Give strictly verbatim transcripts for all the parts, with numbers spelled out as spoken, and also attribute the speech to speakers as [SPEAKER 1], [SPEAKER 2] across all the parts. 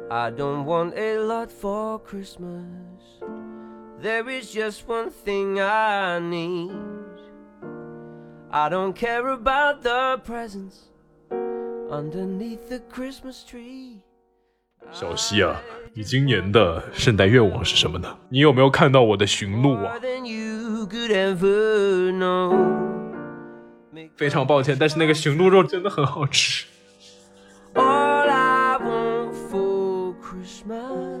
[SPEAKER 1] I don't want a lot for Christmas. There is just one thing I need. I don't care about the presents underneath the Christmas tree.
[SPEAKER 2] 小西啊，你今年的圣诞愿望是什么呢？你有没有看到我的驯鹿啊？非常抱歉，但是那个驯鹿肉真的很好吃。
[SPEAKER 1] All I want for Christmas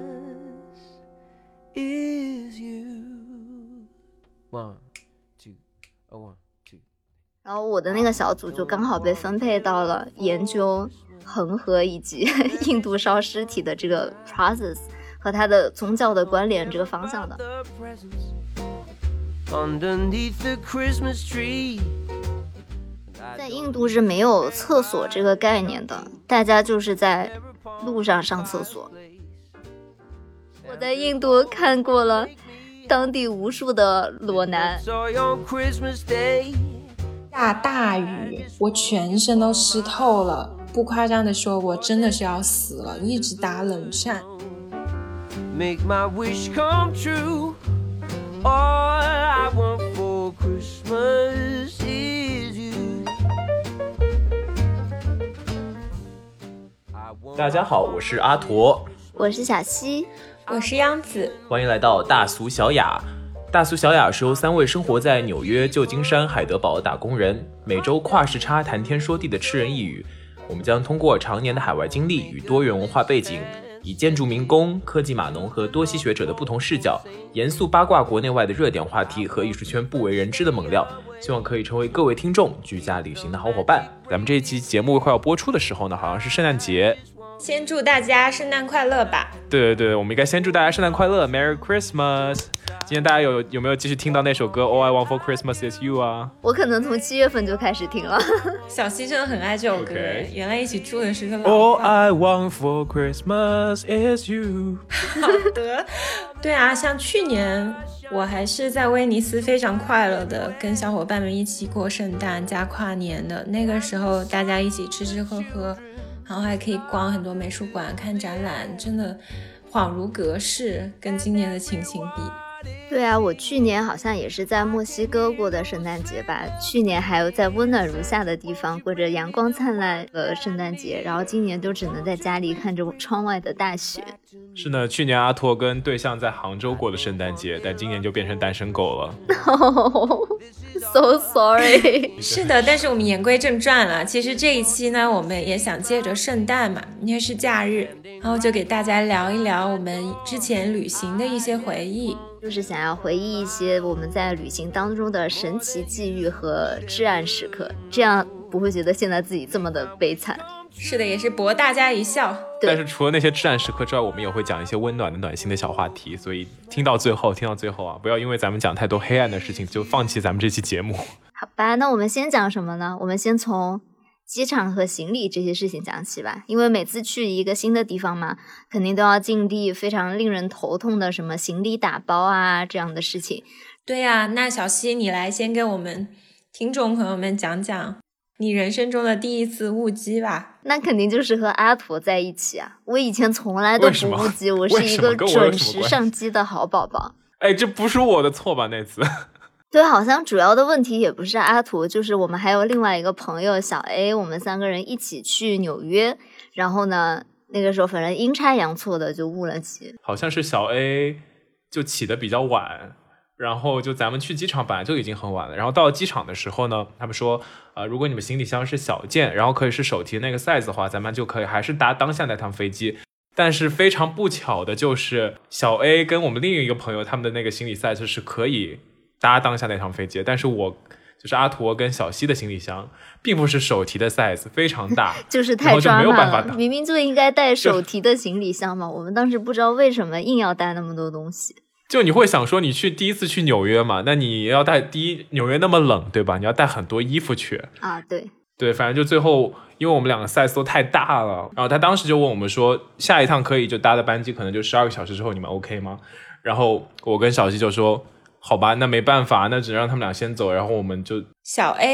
[SPEAKER 1] is you. One, two, a one, two.
[SPEAKER 3] 然后我的那个小组就刚好被分配到了研究恒河以及印度烧尸体的这个 process 和它的宗教的关联这个方向的。在印度是没有厕所这个概念的，大家就是在路上上厕所。我在印度看过了当地无数的裸男。
[SPEAKER 4] 下大雨，我全身都湿透了，不夸张的说，我真的是要死了，一直打冷战。
[SPEAKER 1] Make my wish come true. All I want for Christmas is you.
[SPEAKER 5] 大家好，我是阿驼，
[SPEAKER 3] 我是小西，
[SPEAKER 4] 我是央子，
[SPEAKER 5] 欢迎来到大俗小雅。大俗小雅是由三位生活在纽约、旧金山、海德堡的打工人，每周跨时差谈天说地的吃人一语。我们将通过常年的海外经历与多元文化背景，以建筑民工、科技码农和多栖学者的不同视角，严肃八卦国内外的热点话题和艺术圈不为人知的猛料，希望可以成为各位听众居家旅行的好伙伴。咱们这一期节目快要播出的时候呢，好像是圣诞节，
[SPEAKER 4] 先祝大家圣诞快乐吧。
[SPEAKER 5] 对对对，我们应该先祝大家圣诞快乐 Merry Christmas。今天大家有有没有继续听到那首歌 All I Want for Christmas is You 啊？
[SPEAKER 3] 我可能从七月份就开始听了。
[SPEAKER 4] 小西真的很爱这首歌， okay. 原来一起住的是个老
[SPEAKER 5] All I Want for Christmas is You
[SPEAKER 4] 好的，对啊，像去年我还是在威尼斯非常快乐的跟小伙伴们一起过圣诞加跨年的，那个时候大家一起吃吃喝喝，然后还可以逛很多美术馆看展览，真的恍如隔世，跟今年的情形比。
[SPEAKER 3] 对啊，我去年好像也是在墨西哥过的圣诞节吧，去年还有在温暖如夏的地方过着阳光灿烂的圣诞节，然后今年就只能在家里看着窗外的大雪。
[SPEAKER 5] 是呢，去年阿拓跟对象在杭州过的圣诞节，但今年就变成单身狗了。
[SPEAKER 3] Oh, so sorry
[SPEAKER 4] 是的，但是我们言归正传了，其实这一期呢，我们也想借着圣诞嘛，因为是假日，然后就给大家聊一聊我们之前旅行的一些回忆，
[SPEAKER 3] 就是想要回忆一些我们在旅行当中的神奇际遇和至暗时刻，这样不会觉得现在自己这么的悲惨。
[SPEAKER 4] 是的，也是博大家一笑。
[SPEAKER 5] 但是除了那些至暗时刻之外，我们也会讲一些温暖的暖心的小话题，所以听到最后听到最后啊，不要因为咱们讲太多黑暗的事情就放弃咱们这期节目。
[SPEAKER 3] 好吧，那我们先讲什么呢？我们先从机场和行李这些事情讲起吧，因为每次去一个新的地方嘛，肯定都要经历非常令人头痛的什么行李打包啊这样的事情。
[SPEAKER 4] 对啊，那小西你来先跟我们听众朋友们讲讲你人生中的第一次误机吧。
[SPEAKER 3] 那肯定就是和阿驼在一起啊，我以前从来都不误机，我是一个准时上机的好宝宝。
[SPEAKER 5] 哎，这不是我的错吧那次？
[SPEAKER 3] 对，好像主要的问题也不是阿驼，就是我们还有另外一个朋友小 A， 我们三个人一起去纽约，然后呢那个时候反正阴差阳错的就误了机。
[SPEAKER 5] 好像是小 A 就起得比较晚，然后就咱们去机场本来就已经很晚了，然后到了机场的时候呢，他们说呃，如果你们行李箱是小件，然后可以是手提那个 size 的话，咱们就可以还是搭当下那趟飞机。但是非常不巧的就是小 A 跟我们另一个朋友他们的那个行李 size 是可以搭当下那趟飞机，但是我就是阿驼跟小西的行李箱并不是手提的 size， 非常大
[SPEAKER 3] 就是太抓马了，明明就应该带手提的行李箱嘛，我们当时不知道为什么硬要带那么多东西。
[SPEAKER 5] 就你会想说你去第一次去纽约嘛，那你要带第一纽约那么冷对吧，你要带很多衣服去
[SPEAKER 3] 啊。对
[SPEAKER 5] 对，反正就最后因为我们两个 size 都太大了，然后他当时就问我们说下一趟可以就搭的班机可能就十二个小时之后你们 OK 吗？然后我跟小西就说好吧，那没办法，那只能让他们俩先走，然后我们就
[SPEAKER 4] 小 A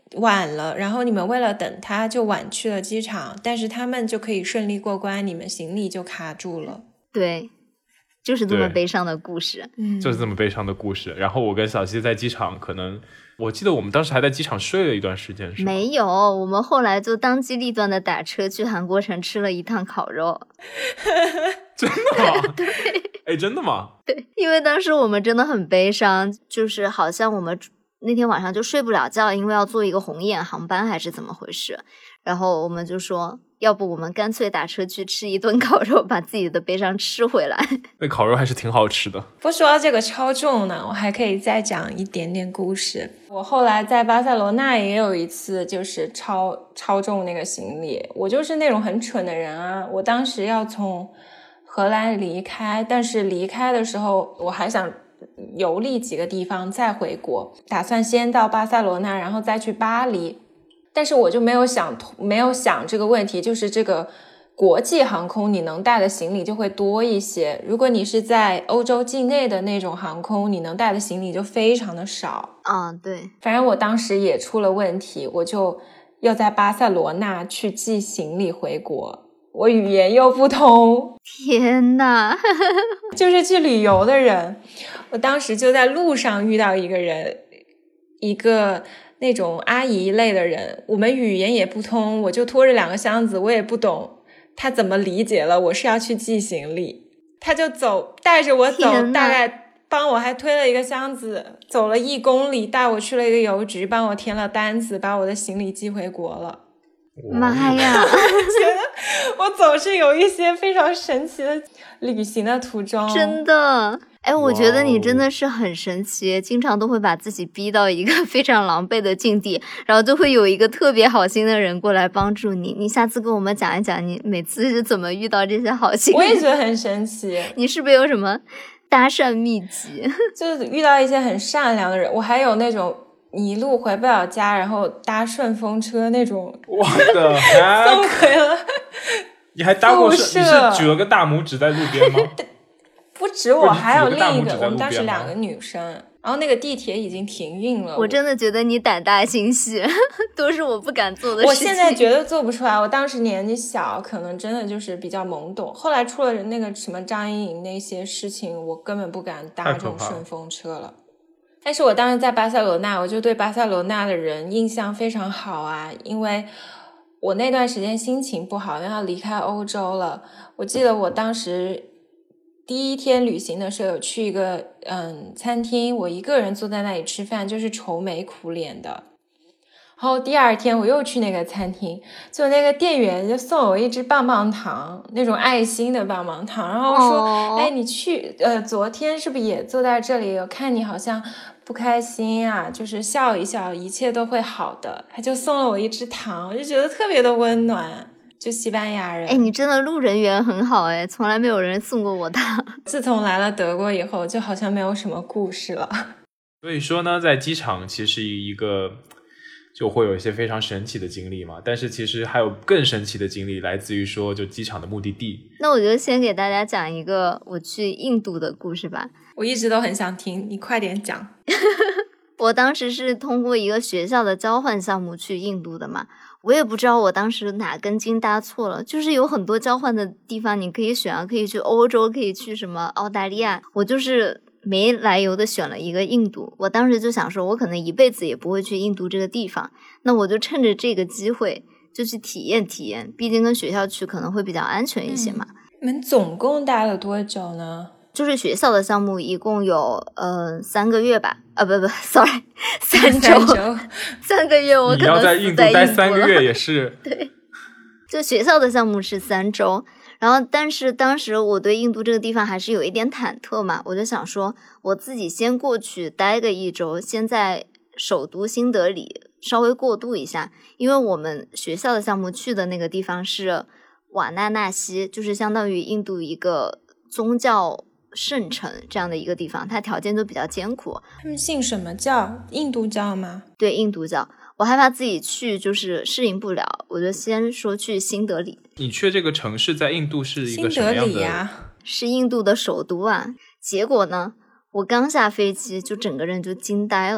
[SPEAKER 4] 晚了，然后你们为了等他就晚去了机场，但是他们就可以顺利过关，你们行李就卡住了。
[SPEAKER 3] 对，就是这么
[SPEAKER 2] 对
[SPEAKER 3] 悲伤的故事。
[SPEAKER 4] 嗯，
[SPEAKER 2] 就是这么悲伤的故事。然后我跟小西在机场，可能我记得我们当时还在机场睡了一段时间，是吗？
[SPEAKER 3] 没有，我们后来就当机立断的打车去韩国城吃了一趟烤肉。
[SPEAKER 2] 真的吗？对，哎，真的吗？
[SPEAKER 3] 对，因为当时我们真的很悲伤，就是好像我们那天晚上就睡不了觉，因为要坐一个红眼航班还是怎么回事。然后我们就说，要不我们干脆打车去吃一顿烤肉，把自己的悲伤吃回来。
[SPEAKER 2] 那烤肉还是挺好吃的。
[SPEAKER 4] 不说到这个超重呢，我还可以再讲一点点故事。我后来在巴塞罗那也有一次就是超超重那个行李，我就是那种很蠢的人啊。我当时要从荷兰离开，但是离开的时候我还想游历几个地方再回国，打算先到巴塞罗那然后再去巴黎。但是我就没有想没有想这个问题，就是这个国际航空你能带的行李就会多一些，如果你是在欧洲境内的那种航空，你能带的行李就非常的少。
[SPEAKER 3] 嗯，对，
[SPEAKER 4] 反正我当时也出了问题，我就要在巴塞罗那去寄行李回国，我语言又不通，
[SPEAKER 3] 天哪
[SPEAKER 4] 就是去旅游的人。我当时就在路上遇到一个人，一个那种阿姨类的人，我们语言也不通，我就拖着两个箱子，我也不懂他怎么理解了我是要去寄行李，他就走带着我走，大概帮我还推了一个箱子，走了一公里，带我去了一个邮局，帮我填了单子，把我的行李寄回国了。
[SPEAKER 3] 妈呀
[SPEAKER 4] 觉得我总是有一些非常神奇的旅行的途中，
[SPEAKER 3] 真的。哎，我觉得你真的是很神奇，经常都会把自己逼到一个非常狼狈的境地，然后就会有一个特别好心的人过来帮助你。你下次跟我们讲一讲，你每次是怎么遇到这些好心人？
[SPEAKER 4] 我也觉得很神奇。
[SPEAKER 3] 你是不是有什么搭讪秘籍？
[SPEAKER 4] 就是遇到一些很善良的人，我还有那种一路回不了家，然后搭顺风车那种，
[SPEAKER 2] 我的
[SPEAKER 4] 送回了。
[SPEAKER 2] 你还搭过顺？你是举了个大拇指在路边吗？
[SPEAKER 4] 不止我，还有另一个，
[SPEAKER 2] 个
[SPEAKER 4] 我们当时两个女生，然后那个地铁已经停运了。
[SPEAKER 3] 我真的觉得你胆大心细，都是我不敢做的事情。
[SPEAKER 4] 我现在觉得做不出来，我当时年纪小，可能真的就是比较懵懂。后来出了那个什么张莹莹那些事情，我根本不敢搭这种顺风车了。但是我当时在巴塞罗那，我就对巴塞罗那的人印象非常好啊，因为我那段时间心情不好，因为要离开欧洲了。我记得我当时第一天旅行的时候有去一个嗯餐厅，我一个人坐在那里吃饭，就是愁眉苦脸的。然后第二天我又去那个餐厅，就那个店员就送我一支棒棒糖，那种爱心的棒棒糖，然后说、哦、哎，你去呃昨天是不是也坐在这里，我看你好像不开心啊，就是笑一笑，一切都会好的。他就送了我一支糖，我就觉得特别的温暖。就西班牙人，
[SPEAKER 3] 哎，你真的路人缘很好哎，从来没有人送过我糖。
[SPEAKER 4] 自从来了德国以后，就好像没有什么故事了。
[SPEAKER 2] 所以说呢，在机场其实一个就会有一些非常神奇的经历嘛，但是其实还有更神奇的经历来自于说就机场的目的地。
[SPEAKER 3] 那我就先给大家讲一个我去印度的故事吧。
[SPEAKER 4] 我一直都很想听，你快点讲。
[SPEAKER 3] 我当时是通过一个学校的交换项目去印度的嘛，我也不知道我当时哪根筋搭错了，就是有很多交换的地方你可以选啊，可以去欧洲，可以去什么澳大利亚，我就是没来由的选了一个印度。我当时就想说我可能一辈子也不会去印度这个地方，那我就趁着这个机会就去体验体验，毕竟跟学校去可能会比较安全一些嘛。
[SPEAKER 4] 嗯、你们总共待了多久呢？
[SPEAKER 3] 就是学校的项目一共有呃三个月吧，啊不不 ，sorry， 三周，
[SPEAKER 4] 三周，
[SPEAKER 3] 三个月我可能
[SPEAKER 2] 你要在印度待三个月也是
[SPEAKER 3] 对，就学校的项目是三周，然后但是当时我对印度这个地方还是有一点忐忑嘛，我就想说我自己先过去待个一周，先在首都新德里稍微过渡一下，因为我们学校的项目去的那个地方是瓦纳纳西，就是相当于印度一个宗教圣城这样的一个地方，它条件就比较艰苦。
[SPEAKER 4] 他们信什么教？印度教吗？
[SPEAKER 3] 对，印度教。我害怕自己去就是适应不了，我就先说去新德里。
[SPEAKER 2] 你去这个城市在印度是一个什么样的？
[SPEAKER 4] 新德里呀，
[SPEAKER 3] 是印度的首都啊。结果呢，我刚下飞机就整个人就惊呆了。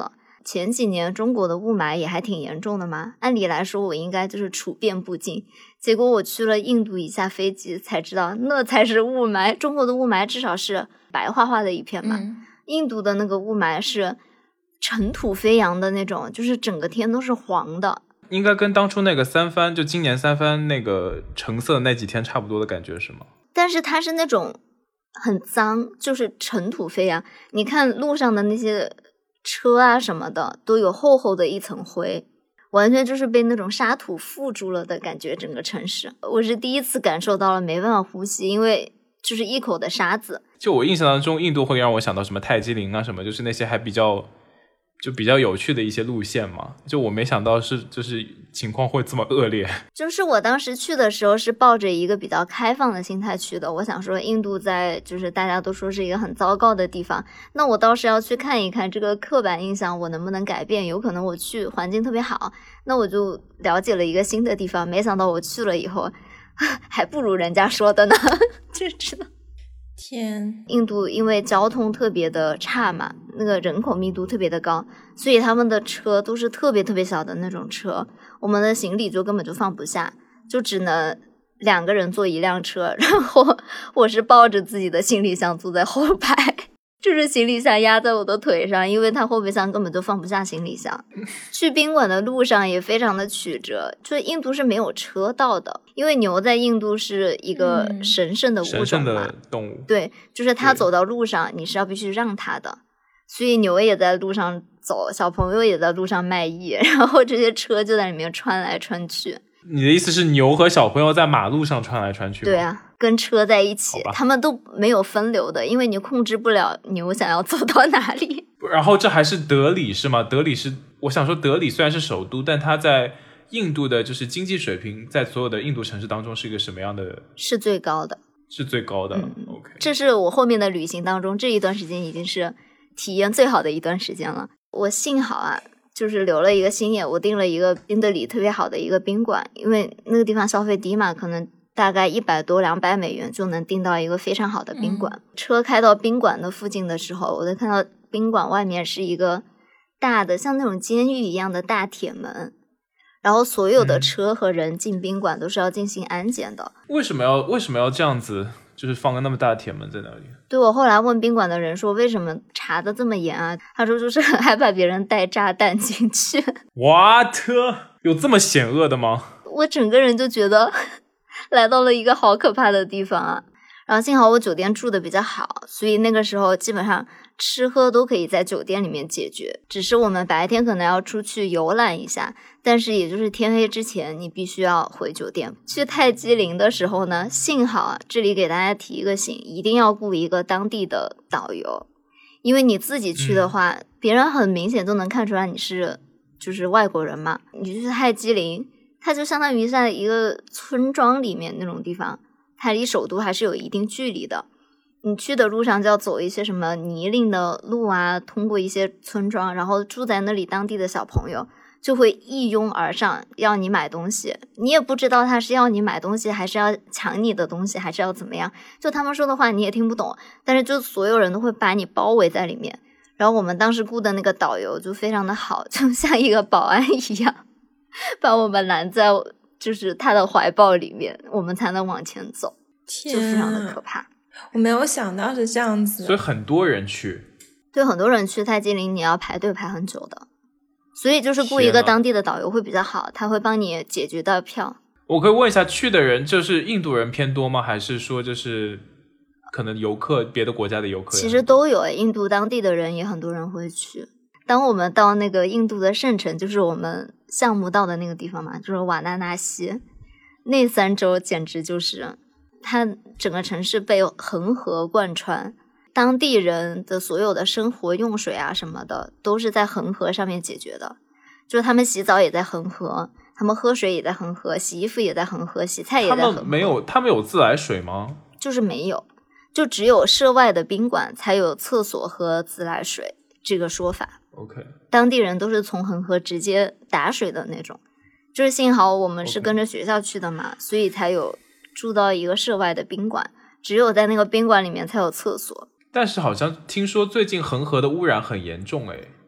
[SPEAKER 3] 前几年中国的雾霾也还挺严重的嘛，按理来说我应该就是处变不惊，结果我去了印度，一下飞机才知道那才是雾霾。中国的雾霾至少是白花花的一片嘛、嗯、印度的那个雾霾是尘土飞扬的那种，就是整个天都是黄的，
[SPEAKER 2] 应该跟当初那个三藩，就今年三藩那个橙色那几天差不多的感觉是吗？
[SPEAKER 3] 但是它是那种很脏，就是尘土飞扬，你看路上的那些车啊什么的都有厚厚的一层灰，完全就是被那种沙土覆住了的感觉，整个城市我是第一次感受到了没办法呼吸，因为就是一口的沙子。
[SPEAKER 2] 就我印象当中印度会让我想到什么泰姬陵啊什么，就是那些还比较就比较有趣的一些路线嘛，就我没想到是就是情况会这么恶劣。就是
[SPEAKER 3] 我当时去的时候是抱着一个比较开放的心态去的，我想说印度在就是大家都说是一个很糟糕的地方，那我倒是要去看一看这个刻板印象我能不能改变，有可能我去环境特别好，那我就了解了一个新的地方，没想到我去了以后还不如人家说的呢就知道
[SPEAKER 4] 天，
[SPEAKER 3] 印度因为交通特别的差嘛，那个人口密度特别的高，所以他们的车都是特别特别小的那种车，我们的行李就根本就放不下，就只能两个人坐一辆车，然后我是抱着自己的行李箱坐在后排，就是行李箱压在我的腿上，因为它后备箱根本就放不下行李箱。去宾馆的路上也非常的曲折，就印度是没有车道的，因为牛在印度是一个神圣的物种嘛、嗯、
[SPEAKER 2] 神圣的动物，
[SPEAKER 3] 对，就是它走到路上你是要必须让它的，所以牛也在路上走，小朋友也在路上卖艺，然后这些车就在里面穿来穿去。
[SPEAKER 2] 你的意思是牛和小朋友在马路上穿来穿去吗？
[SPEAKER 3] 对啊，跟车在一起，他们都没有分流的，因为你控制不了牛想要走到哪里。
[SPEAKER 2] 然后这还是德里是吗？德里是，我想说德里虽然是首都，但它在印度的就是经济水平在所有的印度城市当中是一个什么样的？
[SPEAKER 3] 是最高的。
[SPEAKER 2] 是最高的、嗯、OK。
[SPEAKER 3] 这是我后面的旅行当中这一段时间已经是体验最好的一段时间了。我幸好啊就是留了一个心眼，我订了一个宾德里特别好的一个宾馆，因为那个地方消费低嘛，可能大概一百多两百美元就能订到一个非常好的宾馆、嗯、车开到宾馆的附近的时候，我就看到宾馆外面是一个大的像那种监狱一样的大铁门，然后所有的车和人进宾馆都是要进行安检的、
[SPEAKER 2] 嗯、为什么要为什么要这样子，就是放个那么大的铁门在那里？
[SPEAKER 3] 对，我后来问宾馆的人说为什么查的这么严啊，他说就是很害怕别人带炸弹进去。
[SPEAKER 2] What？ 有这么险恶的吗？
[SPEAKER 3] 我整个人就觉得来到了一个好可怕的地方啊。然后幸好我酒店住的比较好，所以那个时候基本上吃喝都可以在酒店里面解决，只是我们白天可能要出去游览一下，但是也就是天黑之前你必须要回酒店。去泰姬陵的时候呢，幸好啊，这里给大家提一个醒，一定要雇一个当地的导游，因为你自己去的话、嗯、别人很明显都能看出来你是就是外国人嘛。你去泰姬陵它就相当于在一个村庄里面那种地方，它离首都还是有一定距离的，你去的路上就要走一些什么泥泞的路啊，通过一些村庄，然后住在那里当地的小朋友就会一拥而上要你买东西，你也不知道他是要你买东西还是要抢你的东西还是要怎么样，就他们说的话你也听不懂，但是就所有人都会把你包围在里面。然后我们当时雇的那个导游就非常的好，就像一个保安一样把我们拦在就是他的怀抱里面，我们才能往前走，就非常的可怕。
[SPEAKER 4] 我没有想到是这样子，
[SPEAKER 2] 所以很多人去。
[SPEAKER 3] 对，很多人去泰姬陵你要排队排很久的，所以就是雇一个当地的导游会比较好，他会帮你解决到票。
[SPEAKER 2] 我可以问一下，去的人就是印度人偏多吗？还是说就是可能游客别的国家的游客？
[SPEAKER 3] 其实都有，印度当地的人也很多人会去。当我们到那个印度的圣城，就是我们项目到的那个地方嘛，就是瓦纳纳西，那三周简直就是它整个城市被恒河贯穿，当地人的所有的生活用水啊什么的都是在恒河上面解决的，就是他们洗澡也在恒河，他们喝水也在恒河，洗衣服也在恒河，洗菜也在恒河。
[SPEAKER 2] 他们没有他们有自来水吗？
[SPEAKER 3] 就是没有，就只有涉外的宾馆才有厕所和自来水这个说法。
[SPEAKER 2] OK，
[SPEAKER 3] 当地人都是从恒河直接打水的那种，就是幸好我们是跟着学校去的嘛， okay. 所以才有住到一个涉外的宾馆，只有在那个宾馆里面才有厕所。
[SPEAKER 2] 但是好像听说最近恒河的污染很严重诶。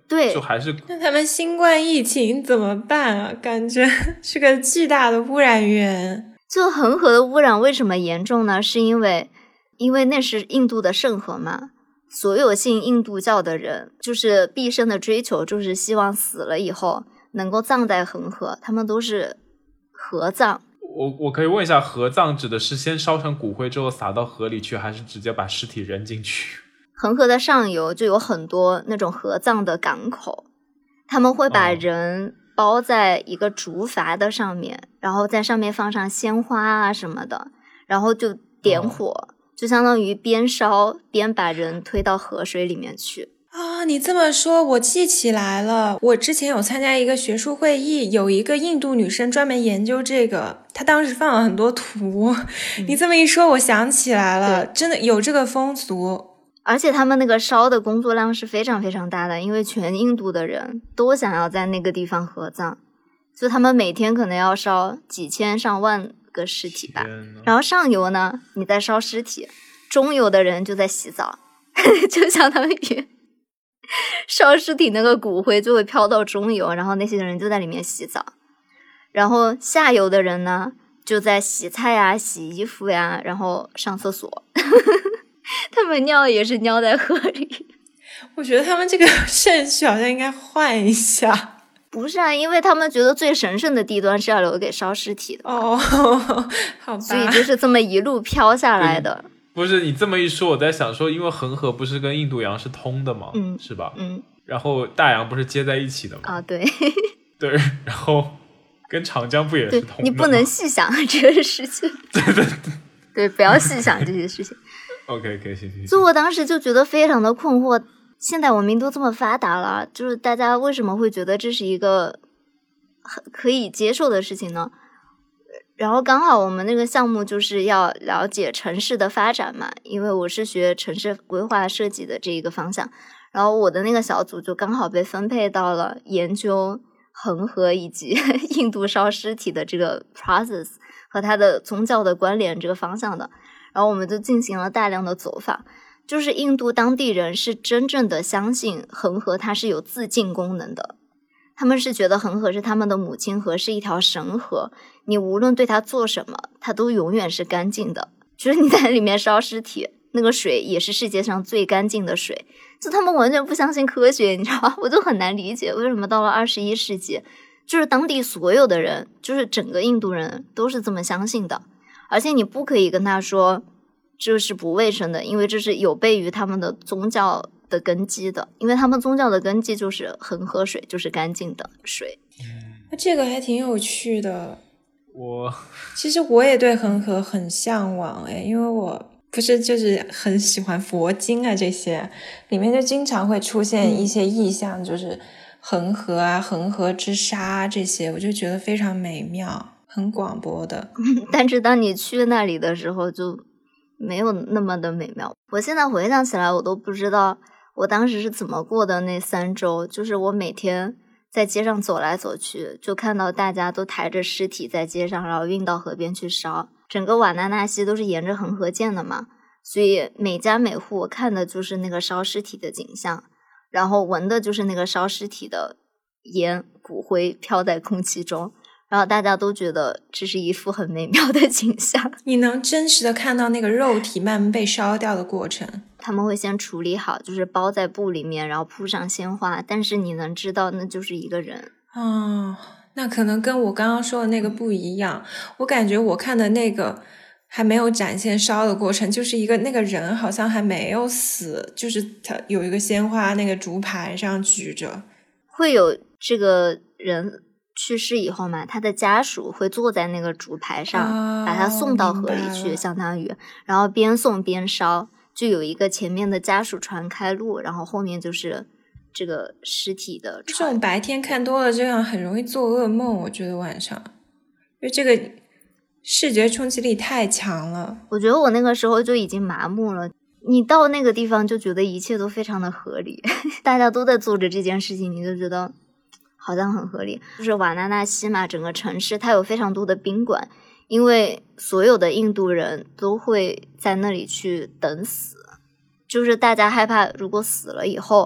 [SPEAKER 3] 对，
[SPEAKER 2] 就还是
[SPEAKER 4] 那他们新冠疫情怎么办啊？感觉是个巨大的污染源。
[SPEAKER 3] 就恒河的污染为什么严重呢？是因为因为那是印度的圣河嘛，所有信印度教的人就是毕生的追求就是希望死了以后能够葬在恒河，他们都是合葬。
[SPEAKER 2] 我我可以问一下，合葬指的是先烧成骨灰之后撒到河里去，还是直接把尸体扔进去？
[SPEAKER 3] 恒河的上游就有很多那种合葬的港口，他们会把人包在一个竹筏的上面、哦、然后在上面放上鲜花啊什么的，然后就点火、哦、就相当于边烧边把人推到河水里面去。
[SPEAKER 4] 啊、哦，你这么说我记起来了，我之前有参加一个学术会议，有一个印度女生专门研究这个，她当时放了很多图、嗯、你这么一说我想起来了，真的有这个风俗。
[SPEAKER 3] 而且他们那个烧的工作量是非常非常大的，因为全印度的人都想要在那个地方合葬，所以他们每天可能要烧几千上万个尸体吧。然后上游呢你在烧尸体，中游的人就在洗澡就相当于烧尸体那个骨灰就会飘到中游，然后那些人就在里面洗澡，然后下游的人呢就在洗菜呀、洗衣服呀，然后上厕所他们尿也是尿在河里。
[SPEAKER 4] 我觉得他们这个顺序好像应该换一下。
[SPEAKER 3] 不是啊，因为他们觉得最神圣的地段是要留给烧尸体的。
[SPEAKER 4] 哦，好吧。
[SPEAKER 3] 所以就是这么一路飘下来的。
[SPEAKER 2] 不是，你这么一说我在想说，因为恒河不是跟印度洋是通的吗？
[SPEAKER 3] 嗯，
[SPEAKER 2] 是吧？
[SPEAKER 3] 嗯，
[SPEAKER 2] 然后大洋不是接在一起的吗？
[SPEAKER 3] 啊，对
[SPEAKER 2] 对，然后跟长江不也是通的吗？
[SPEAKER 3] 你不能细想这个事情。
[SPEAKER 2] 对对对
[SPEAKER 3] 对，不要细想这些事情。
[SPEAKER 2] OK OK 行行。
[SPEAKER 3] 所以我当时就觉得非常的困惑，现代文明都这么发达了，就是大家为什么会觉得这是一个很可以接受的事情呢？然后刚好我们那个项目就是要了解城市的发展嘛，因为我是学城市规划设计的这一个方向，然后我的那个小组就刚好被分配到了研究恒河以及印度烧尸体的这个 process 和它的宗教的关联这个方向的，然后我们就进行了大量的走访，就是印度当地人是真正的相信恒河它是有自净功能的，他们是觉得恒河是他们的母亲河，是一条神河，你无论对它做什么它都永远是干净的，就是你在里面烧尸体那个水也是世界上最干净的水，就他们完全不相信科学，你知道吧？我就很难理解为什么到了二十一世纪就是当地所有的人，就是整个印度人都是这么相信的，而且你不可以跟他说这是不卫生的，因为这是有悖于他们的宗教的根基的，因为他们宗教的根基就是恒河水就是干净的水。
[SPEAKER 4] 那这个还挺有趣的。
[SPEAKER 2] 我
[SPEAKER 4] 其实我也对恒河很向往诶，因为我不是就是很喜欢佛经啊，这些里面就经常会出现一些意象、嗯、就是恒河啊、恒河之沙这些，我就觉得非常美妙，很广博的。
[SPEAKER 3] 但是当你去那里的时候就没有那么的美妙。我现在回想起来我都不知道我当时是怎么过的那三周，就是我每天在街上走来走去，就看到大家都抬着尸体在街上，然后运到河边去烧。整个瓦纳纳西都是沿着恒河建的嘛，所以每家每户我看的就是那个烧尸体的景象，然后闻的就是那个烧尸体的烟骨灰飘在空气中，然后大家都觉得这是一幅很美妙的景象。
[SPEAKER 4] 你能真实的看到那个肉体慢慢被烧掉的过程。
[SPEAKER 3] 他们会先处理好，就是包在布里面，然后铺上鲜花，但是你能知道那就是一个人。
[SPEAKER 4] 哦，那可能跟我刚刚说的那个不一样，我感觉我看的那个还没有展现烧的过程，就是一个那个人好像还没有死，就是他有一个鲜花那个竹牌上举着。
[SPEAKER 3] 会有这个人去世以后嘛，他的家属会坐在那个竹牌上、哦、把他送到河里去，相当于然后边送边烧，就有一个前面的家属船开路，然后后面就是这个尸体的船。
[SPEAKER 4] 这种白天看多了这样很容易做噩梦，我觉得晚上因为这个视觉冲击力太强了。
[SPEAKER 3] 我觉得我那个时候就已经麻木了，你到那个地方就觉得一切都非常的合理大家都在做着这件事情，你就觉得好像很合理。就是瓦纳纳西嘛，整个城市它有非常多的宾馆，因为所有的印度人都会在那里去等死，就是大家害怕如果死了以后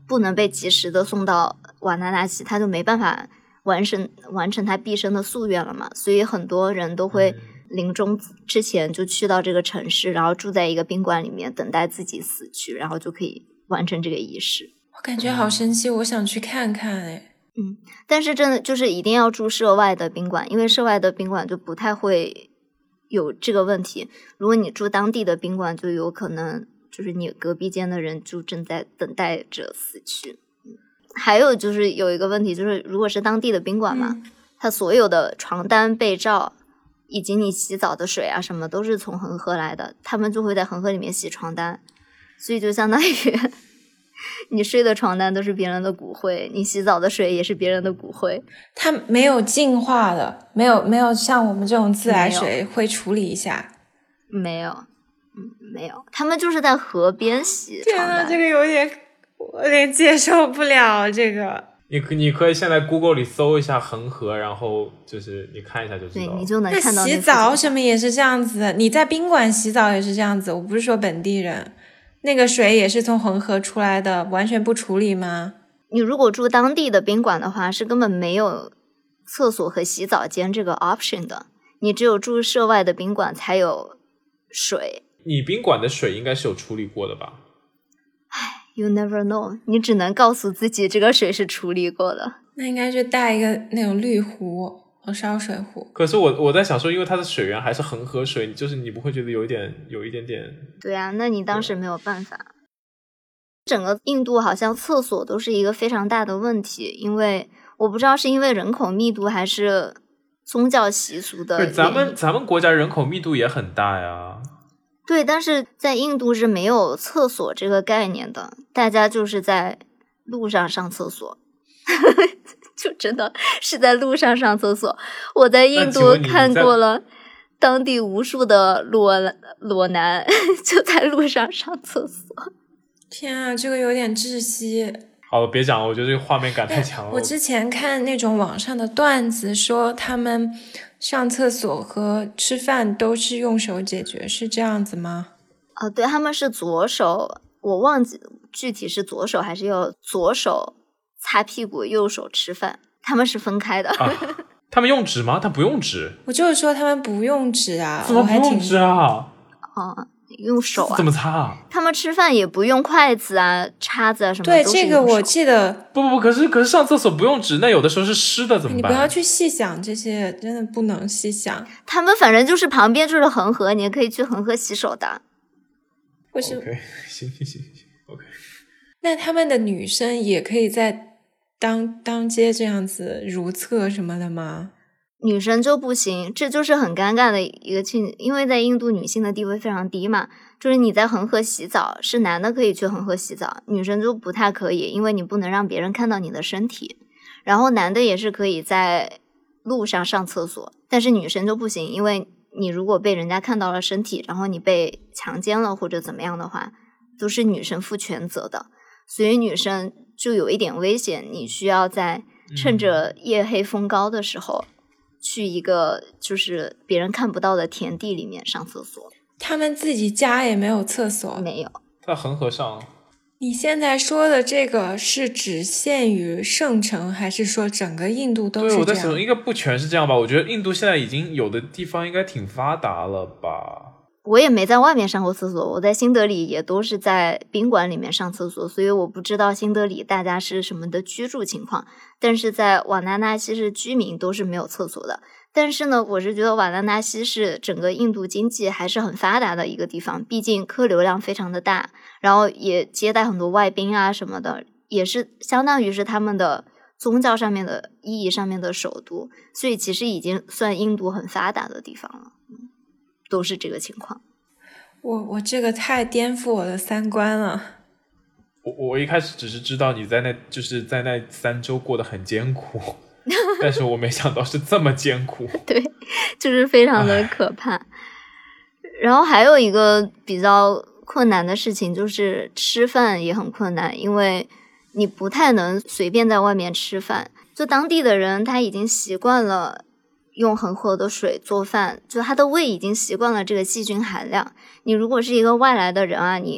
[SPEAKER 3] 不能被及时的送到瓦纳纳西，他就没办法完成完成他毕生的夙愿了嘛。所以很多人都会临终之前就去到这个城市，然后住在一个宾馆里面，等待自己死去，然后就可以完成这个仪式。
[SPEAKER 4] 我感觉好神奇，我想去看看哎。
[SPEAKER 3] 嗯，但是真的就是一定要住涉外的宾馆，因为涉外的宾馆就不太会有这个问题。如果你住当地的宾馆，就有可能就是你隔壁间的人就正在等待着死去。还有就是有一个问题，就是如果是当地的宾馆嘛，嗯、它所有的床单、被罩以及你洗澡的水啊什么都是从恒河来的，他们就会在恒河里面洗床单，所以就相当于你睡的床单都是别人的骨灰，你洗澡的水也是别人的骨灰。
[SPEAKER 4] 它没有净化的，没有没有像我们这种自来水会处理一下，
[SPEAKER 3] 没有，嗯，没有，他们就是在河边洗床单。
[SPEAKER 4] 天啊，这个有点，我有点接受不了这个。
[SPEAKER 2] 你你可以现在 Google 里搜一下恒河，然后就是你看一下就知道了。
[SPEAKER 3] 对，你就能看到那。
[SPEAKER 4] 洗澡什么也是这样子，你在宾馆洗澡也是这样子。我不是说本地人。那个水也是从恒河出来的，完全不处理吗？
[SPEAKER 3] 你如果住当地的宾馆的话，是根本没有厕所和洗澡间这个 option 的，你只有住涉外的宾馆才有水。
[SPEAKER 2] 你宾馆的水应该是有处理过的吧？
[SPEAKER 3] 唉 You never know， 你只能告诉自己这个水是处理过的。
[SPEAKER 4] 那应该就带一个那种滤壶和烧水壶。
[SPEAKER 2] 可是我我在想说，因为它的水源还是恒河水，就是你不会觉得有一点有一点点？
[SPEAKER 3] 对啊，那你当时没有办法。整个印度好像厕所都是一个非常大的问题，因为我不知道是因为人口密度还是宗教习俗的原因。
[SPEAKER 2] 咱们咱们国家人口密度也很大呀。
[SPEAKER 3] 对，但是在印度是没有厕所这个概念的，大家就是在路上上厕所。就真的是在路上上厕所。我在印度看过了当地无数的裸裸男就在路上上厕所。
[SPEAKER 4] 天啊，这个有点窒息。
[SPEAKER 2] 好了，别讲了，我觉得这个画面感太强了。
[SPEAKER 4] 我之前看那种网上的段子说他们上厕所和吃饭都是用手解决，是这样子吗？
[SPEAKER 3] 哦，对，他们是左手，我忘记具体是左手还是要左手擦屁股，右手吃饭，他们是分开的。
[SPEAKER 2] 啊、他们用纸吗？他不用纸。
[SPEAKER 4] 我就是说他们不用纸啊。
[SPEAKER 2] 怎么不用纸啊？
[SPEAKER 3] 哦，用手啊。
[SPEAKER 2] 怎么擦啊？
[SPEAKER 3] 他们吃饭也不用筷子啊、叉子啊什么的。
[SPEAKER 4] 对，这个我记得。
[SPEAKER 2] 不不不，可是可是上厕所不用纸，那有的时候是湿的怎么办？
[SPEAKER 4] 你不要去细想这些，真的不能细想。
[SPEAKER 3] 他们反正就是旁边就是恒河，你也可以去恒河洗手的。
[SPEAKER 4] 不是
[SPEAKER 2] OK， 行行行行 OK。
[SPEAKER 4] 那他们的女生也可以在当当街这样子如厕什么的吗？
[SPEAKER 3] 女生就不行，这就是很尴尬的一个情，因为在印度女性的地位非常低嘛，就是你在恒河洗澡是男的可以去恒河洗澡，女生就不太可以，因为你不能让别人看到你的身体。然后男的也是可以在路上上厕所，但是女生就不行，因为你如果被人家看到了身体，然后你被强奸了或者怎么样的话，都是女生负全责的，所以女生就有一点危险，你需要在趁着夜黑风高的时候、嗯、去一个就是别人看不到的田地里面上厕所。
[SPEAKER 4] 他们自己家也没有厕所？
[SPEAKER 3] 没有，
[SPEAKER 2] 在恒河上。
[SPEAKER 4] 你现在说的这个是只限于圣城，还是说整个印度都是这样？
[SPEAKER 2] 对，我在想应该不全是这样吧，我觉得印度现在已经有的地方应该挺发达了吧。
[SPEAKER 3] 我也没在外面上过厕所，我在新德里也都是在宾馆里面上厕所，所以我不知道新德里大家是什么的居住情况，但是在瓦纳纳西是居民都是没有厕所的。但是呢，我是觉得瓦纳纳西是整个印度经济还是很发达的一个地方，毕竟客流量非常的大，然后也接待很多外宾啊什么的，也是相当于是他们的宗教上面的意义上面的首都，所以其实已经算印度很发达的地方了。嗯，都是这个情况。
[SPEAKER 4] 我我这个太颠覆我的三观了。
[SPEAKER 2] 我我一开始只是知道你在那就是在那三周过得很艰苦，但是我没想到是这么艰苦。
[SPEAKER 3] 对，就是非常的可怕。然后还有一个比较困难的事情就是吃饭也很困难，因为你不太能随便在外面吃饭，就当地的人他已经习惯了用恒河的水做饭，就他的胃已经习惯了这个细菌含量。你如果是一个外来的人啊，你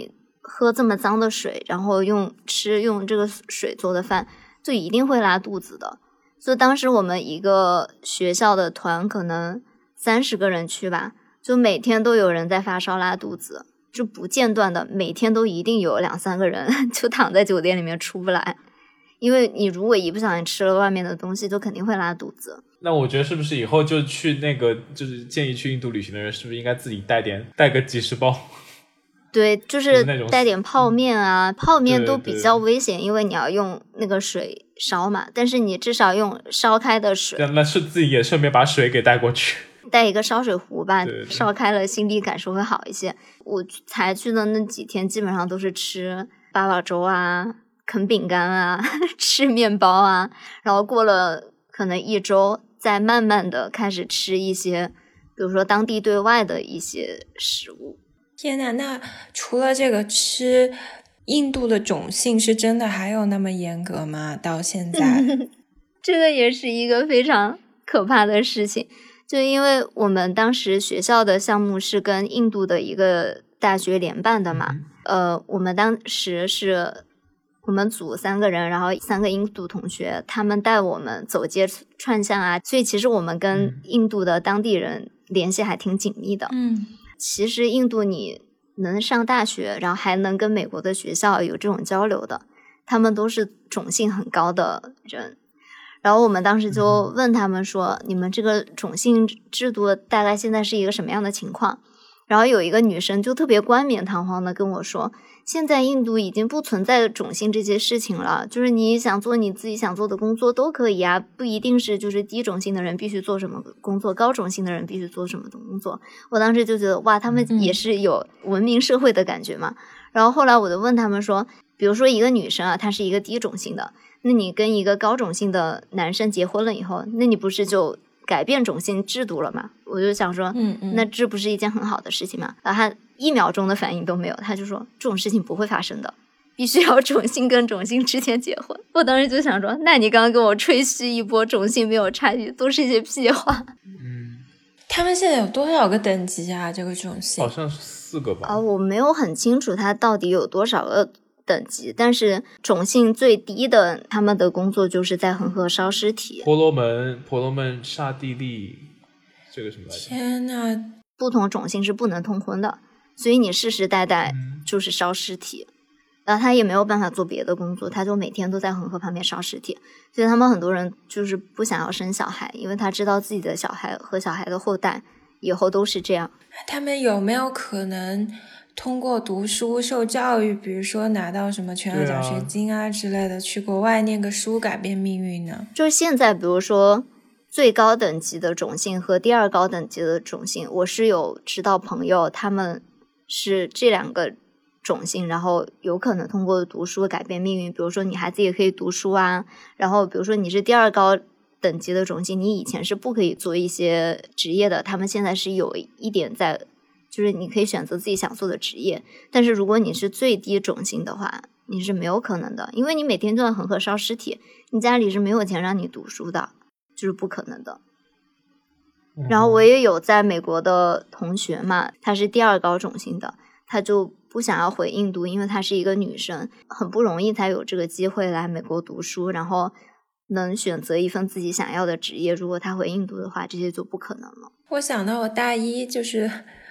[SPEAKER 3] 喝这么脏的水，然后用吃用这个水做的饭，就一定会拉肚子的。所以当时我们一个学校的团可能三十个人去吧，就每天都有人在发烧拉肚子，就不间断的，每天都一定有两三个人就躺在酒店里面出不来。因为你如果一不小心吃了外面的东西，就肯定会拉肚子。
[SPEAKER 2] 那我觉得是不是以后就去那个，就是建议去印度旅行的人，是不是应该自己带点带个几十包？
[SPEAKER 3] 对，就是带点泡面啊，泡面都比较危险，因为你要用那个水烧嘛。但是你至少用烧开的水，
[SPEAKER 2] 那是自己也顺便把水给带过去，
[SPEAKER 3] 带一个烧水壶吧，
[SPEAKER 2] 对对对，
[SPEAKER 3] 烧开了心理感受会好一些。我才去的那几天，基本上都是吃八宝粥啊，啃饼干啊，吃面包啊，然后过了可能一周，再慢慢的开始吃一些，比如说当地对外的一些食物。
[SPEAKER 4] 天哪，那除了这个吃，印度的种姓是真的还有那么严格吗？到现在
[SPEAKER 3] 这个也是一个非常可怕的事情，就因为我们当时学校的项目是跟印度的一个大学联办的嘛，呃，我们当时是我们组三个人，然后三个印度同学，他们带我们走街串巷啊，所以其实我们跟印度的当地人联系还挺紧密的。
[SPEAKER 4] 嗯，
[SPEAKER 3] 其实印度你能上大学，然后还能跟美国的学校有这种交流的，他们都是种姓很高的人。然后我们当时就问他们说，你们这个种姓制度大概现在是一个什么样的情况？然后有一个女生就特别冠冕堂皇的跟我说，现在印度已经不存在种姓这些事情了，就是你想做你自己想做的工作都可以啊，不一定是就是低种姓的人必须做什么工作，高种姓的人必须做什么工作。我当时就觉得哇，他们也是有文明社会的感觉嘛。然后后来我就问他们说，比如说一个女生啊，她是一个低种姓的，那你跟一个高种姓的男生结婚了以后，那你不是就改变种姓制度了吗？我就想说，
[SPEAKER 4] 嗯嗯，
[SPEAKER 3] 那这不是一件很好的事情吗？然后他一秒钟的反应都没有，他就说这种事情不会发生的，必须要种姓跟种姓之前结婚。我当时就想说，那你刚刚跟我吹嘘一波种姓没有差距，都是一些屁话。
[SPEAKER 2] 嗯，
[SPEAKER 4] 他们现在有多少个等级啊？这个种姓
[SPEAKER 2] 好像是四个吧？
[SPEAKER 3] 啊，我没有很清楚它到底有多少个等级，但是种姓最低的，他们的工作就是在恒河烧尸体。
[SPEAKER 2] 婆罗门、婆罗门、刹帝利，这个什么来着？
[SPEAKER 4] 天哪！
[SPEAKER 3] 不同种姓是不能通婚的，所以你世世代代就是烧尸体。然后他也没有办法做别的工作，他就每天都在恒河旁边烧尸体。所以他们很多人就是不想要生小孩，因为他知道自己的小孩和小孩的后代以后都是这样。
[SPEAKER 4] 他们有没有可能通过读书受教育，比如说拿到什么全额奖学金啊之类的，去国外念个书改变命运呢？
[SPEAKER 3] 就是现在比如说最高等级的种姓和第二高等级的种姓，我是有知道朋友他们是这两个种姓，然后有可能通过读书改变命运。比如说你孩子也可以读书啊，然后比如说你是第二高等级的种姓，你以前是不可以做一些职业的，他们现在是有一点在，就是你可以选择自己想做的职业。但是如果你是最低种姓的话，你是没有可能的，因为你每天都在恒河烧尸体，你家里是没有钱让你读书的，就是不可能的。然后我也有在美国的同学嘛，她是第二高种姓的，她就不想要回印度，因为她是一个女生，很不容易才有这个机会来美国读书，然后能选择一份自己想要的职业。如果她回印度的话，这些就不可能了。
[SPEAKER 4] 我想到我大一就是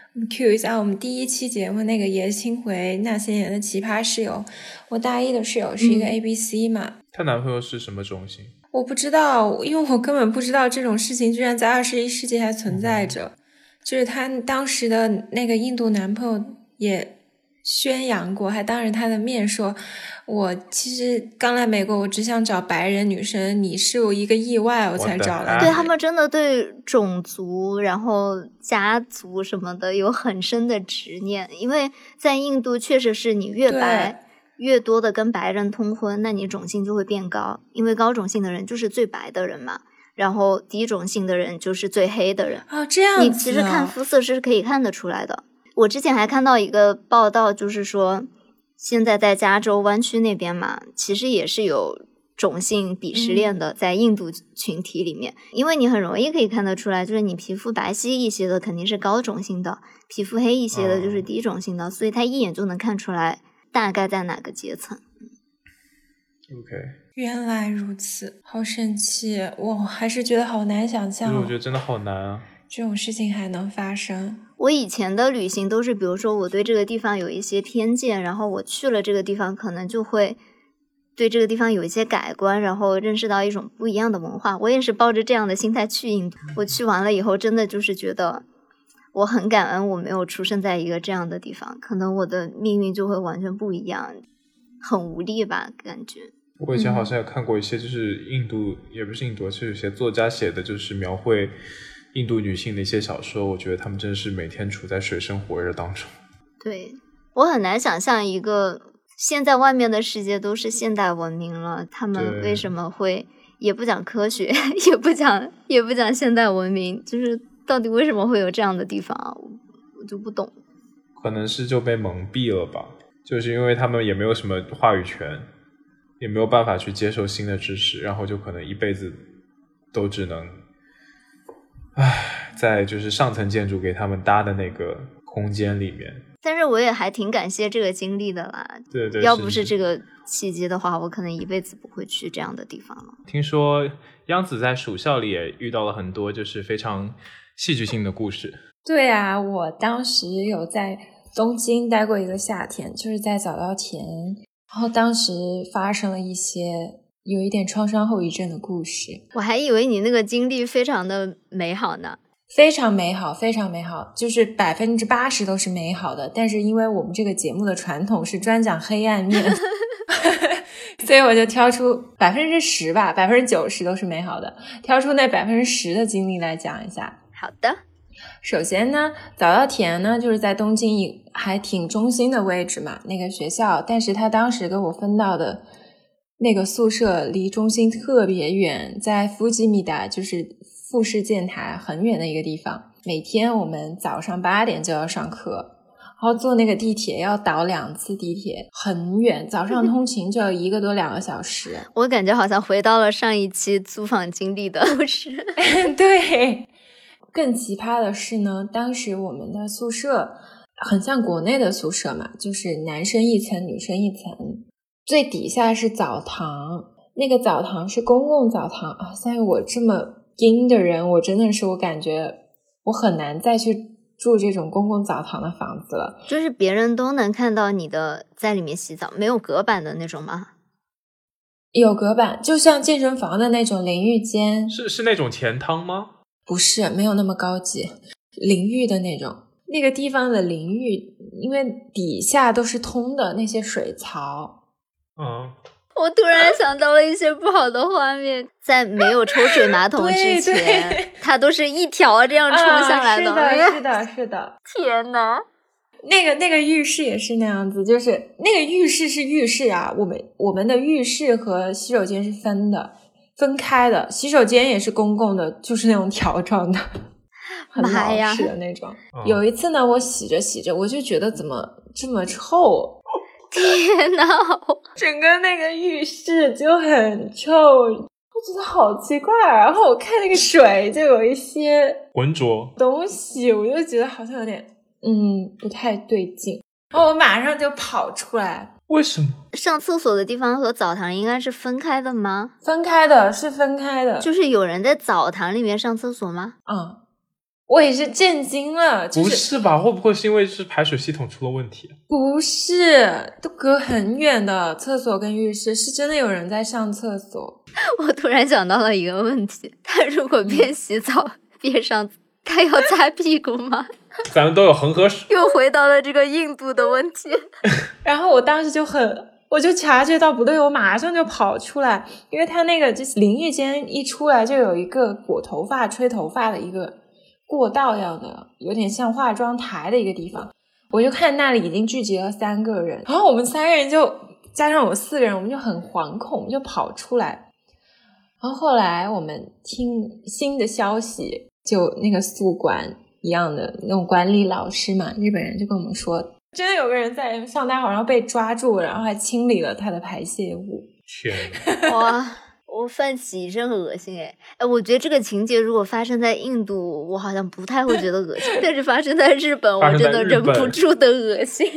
[SPEAKER 4] Q 一下我们第一期节目那个爷青回那些年的奇葩室友，我大一的室友是一个 A B C 嘛，
[SPEAKER 2] 她男朋友是什么种姓？
[SPEAKER 4] 我不知道，因为我根本不知道这种事情居然在二十一世纪还存在着。就是她当时的那个印度男朋友也宣扬过，还当着她的面说，我其实刚来美国，我只想找白人女生，你是有一个意外我才找了你。
[SPEAKER 3] 对，他们真的对种族然后家族什么的有很深的执念，因为在印度确实是你越白越多的跟白人通婚，那你种姓就会变高，因为高种姓的人就是最白的人嘛，然后低种姓的人就是最黑的人。
[SPEAKER 4] 哦，这样子、哦、
[SPEAKER 3] 你其实看肤色是可以看得出来的。我之前还看到一个报道，就是说现在在加州湾区那边嘛，其实也是有种姓鄙视链的，在印度群体里面、嗯、因为你很容易可以看得出来，就是你皮肤白皙一些的肯定是高种姓的，皮肤黑一些的就是低种姓的、哦、所以他一眼就能看出来大概在哪个阶层。
[SPEAKER 2] OK，
[SPEAKER 4] 原来如此，好神奇，我还是觉得好难想象、哦、
[SPEAKER 2] 我觉得真的好难啊，
[SPEAKER 4] 这种事情还能发生。
[SPEAKER 3] 我以前的旅行都是比如说我对这个地方有一些偏见，然后我去了这个地方可能就会对这个地方有一些改观，然后认识到一种不一样的文化。我也是抱着这样的心态去印度，我去完了以后真的就是觉得我很感恩我没有出生在一个这样的地方，可能我的命运就会完全不一样，很无力吧感觉。
[SPEAKER 2] 我以前好像有看过一些就是印度、嗯、也不是印度，是有些作家写的就是描绘印度女性的一些小说，我觉得她们真的是每天处在水深火热当中。
[SPEAKER 3] 对，我很难想象一个现在外面的世界都是现代文明了，他们为什么会也不讲科学也不讲也不讲现代文明，就是到底为什么会有这样的地方啊？我, 我就不懂。
[SPEAKER 2] 可能是就被蒙蔽了吧，就是因为他们也没有什么话语权，也没有办法去接受新的知识，然后就可能一辈子都只能唉，在就是上层建筑给他们搭的那个空间里面。
[SPEAKER 3] 但是我也还挺感谢这个经历的啦，
[SPEAKER 2] 对对，
[SPEAKER 3] 要不是这个契机的话，我可能一辈子不会去这样的地方了。
[SPEAKER 2] 听说央子在蜀校里也遇到了很多就是非常戏剧性的故事。
[SPEAKER 4] 对啊，我当时有在东京待过一个夏天，就是在早稻田，然后当时发生了一些有一点创伤后遗症的故事。
[SPEAKER 3] 我还以为你那个经历非常的美好呢。
[SPEAKER 4] 非常美好，非常美好，就是百分之八十都是美好的。但是因为我们这个节目的传统是专讲黑暗面所以我就挑出百分之十吧，百分之九十都是美好的，挑出那百分之十的经历来讲一下。
[SPEAKER 3] 好的。
[SPEAKER 4] 首先呢，早稻田呢就是在东京还挺中心的位置嘛，那个学校，但是他当时跟我分到的那个宿舍离中心特别远，在富士米达，就是富士见台很远的一个地方。每天我们早上八点就要上课，然后坐那个地铁要倒两次地铁，很远，早上通勤就要一个多两个小时
[SPEAKER 3] 我感觉好像回到了上一期租房经历的故事
[SPEAKER 4] 对，更奇葩的是呢，当时我们的宿舍很像国内的宿舍嘛，就是男生一层女生一层，最底下是澡堂，那个澡堂是公共澡堂啊。像我这么阴的人，我真的是我感觉我很难再去住这种公共澡堂的房子了。
[SPEAKER 3] 就是别人都能看到你的在里面洗澡，没有隔板的那种吗？
[SPEAKER 4] 有隔板，就像健身房的那种淋浴间。
[SPEAKER 2] 是是那种钱汤吗？
[SPEAKER 4] 不是，没有那么高级，淋浴的那种。那个地方的淋浴因为底下都是通的那些水槽。
[SPEAKER 2] 嗯，
[SPEAKER 3] 我突然想到了一些不好的画面，在没有抽水马桶之前它都是一条这样冲下来的、
[SPEAKER 4] 啊、是的是的是的
[SPEAKER 3] 天哪，
[SPEAKER 4] 那个那个浴室也是那样子，就是那个浴室是浴室啊，我们我们的浴室和洗手间是分的分开的，洗手间也是公共的，就是那种条状的，很老式的那种。有一次呢，我洗着洗着我就觉得怎么这么臭，
[SPEAKER 3] 天哪，
[SPEAKER 4] 整个那个浴室就很臭，我觉得好奇怪。然后我看那个水就有一些
[SPEAKER 2] 浑浊
[SPEAKER 4] 东西，我就觉得好像有点嗯不太对劲，然后我马上就跑出来。
[SPEAKER 2] 为什么？
[SPEAKER 3] 上厕所的地方和澡堂应该是分开的吗？
[SPEAKER 4] 分开的，是分开的。
[SPEAKER 3] 就是有人在澡堂里面上厕所吗？
[SPEAKER 4] 嗯，我也是震惊了、就是、
[SPEAKER 2] 不是吧，会不会是因为是排水系统出了问题？
[SPEAKER 4] 不是，都隔很远的厕所跟浴室，是真的有人在上厕所。
[SPEAKER 3] 我突然想到了一个问题，他如果边洗澡边上，他要擦屁股吗？
[SPEAKER 2] 咱们都有恒河水。
[SPEAKER 3] 又回到了这个印度的问题。
[SPEAKER 4] 然后我当时就很我就察觉到不对，我马上就跑出来，因为他那个就是淋浴间一出来就有一个裹头发吹头发的一个过道样的，有点像化妆台的一个地方。我就看那里已经聚集了三个人，然后我们三个人就加上我四个人，我们就很惶恐，我们就跑出来。然后后来我们听新的消息，就那个宿管一样的那种管理老师嘛，日本人就跟我们说，真的有个人在上大号，然后被抓住，然后还清理了他的排泄物。
[SPEAKER 2] 天，
[SPEAKER 3] 哇，我泛起一阵恶心哎哎，我觉得这个情节如果发生在印度，我好像不太会觉得恶心，但是发生在日本，我真的忍不住的恶心。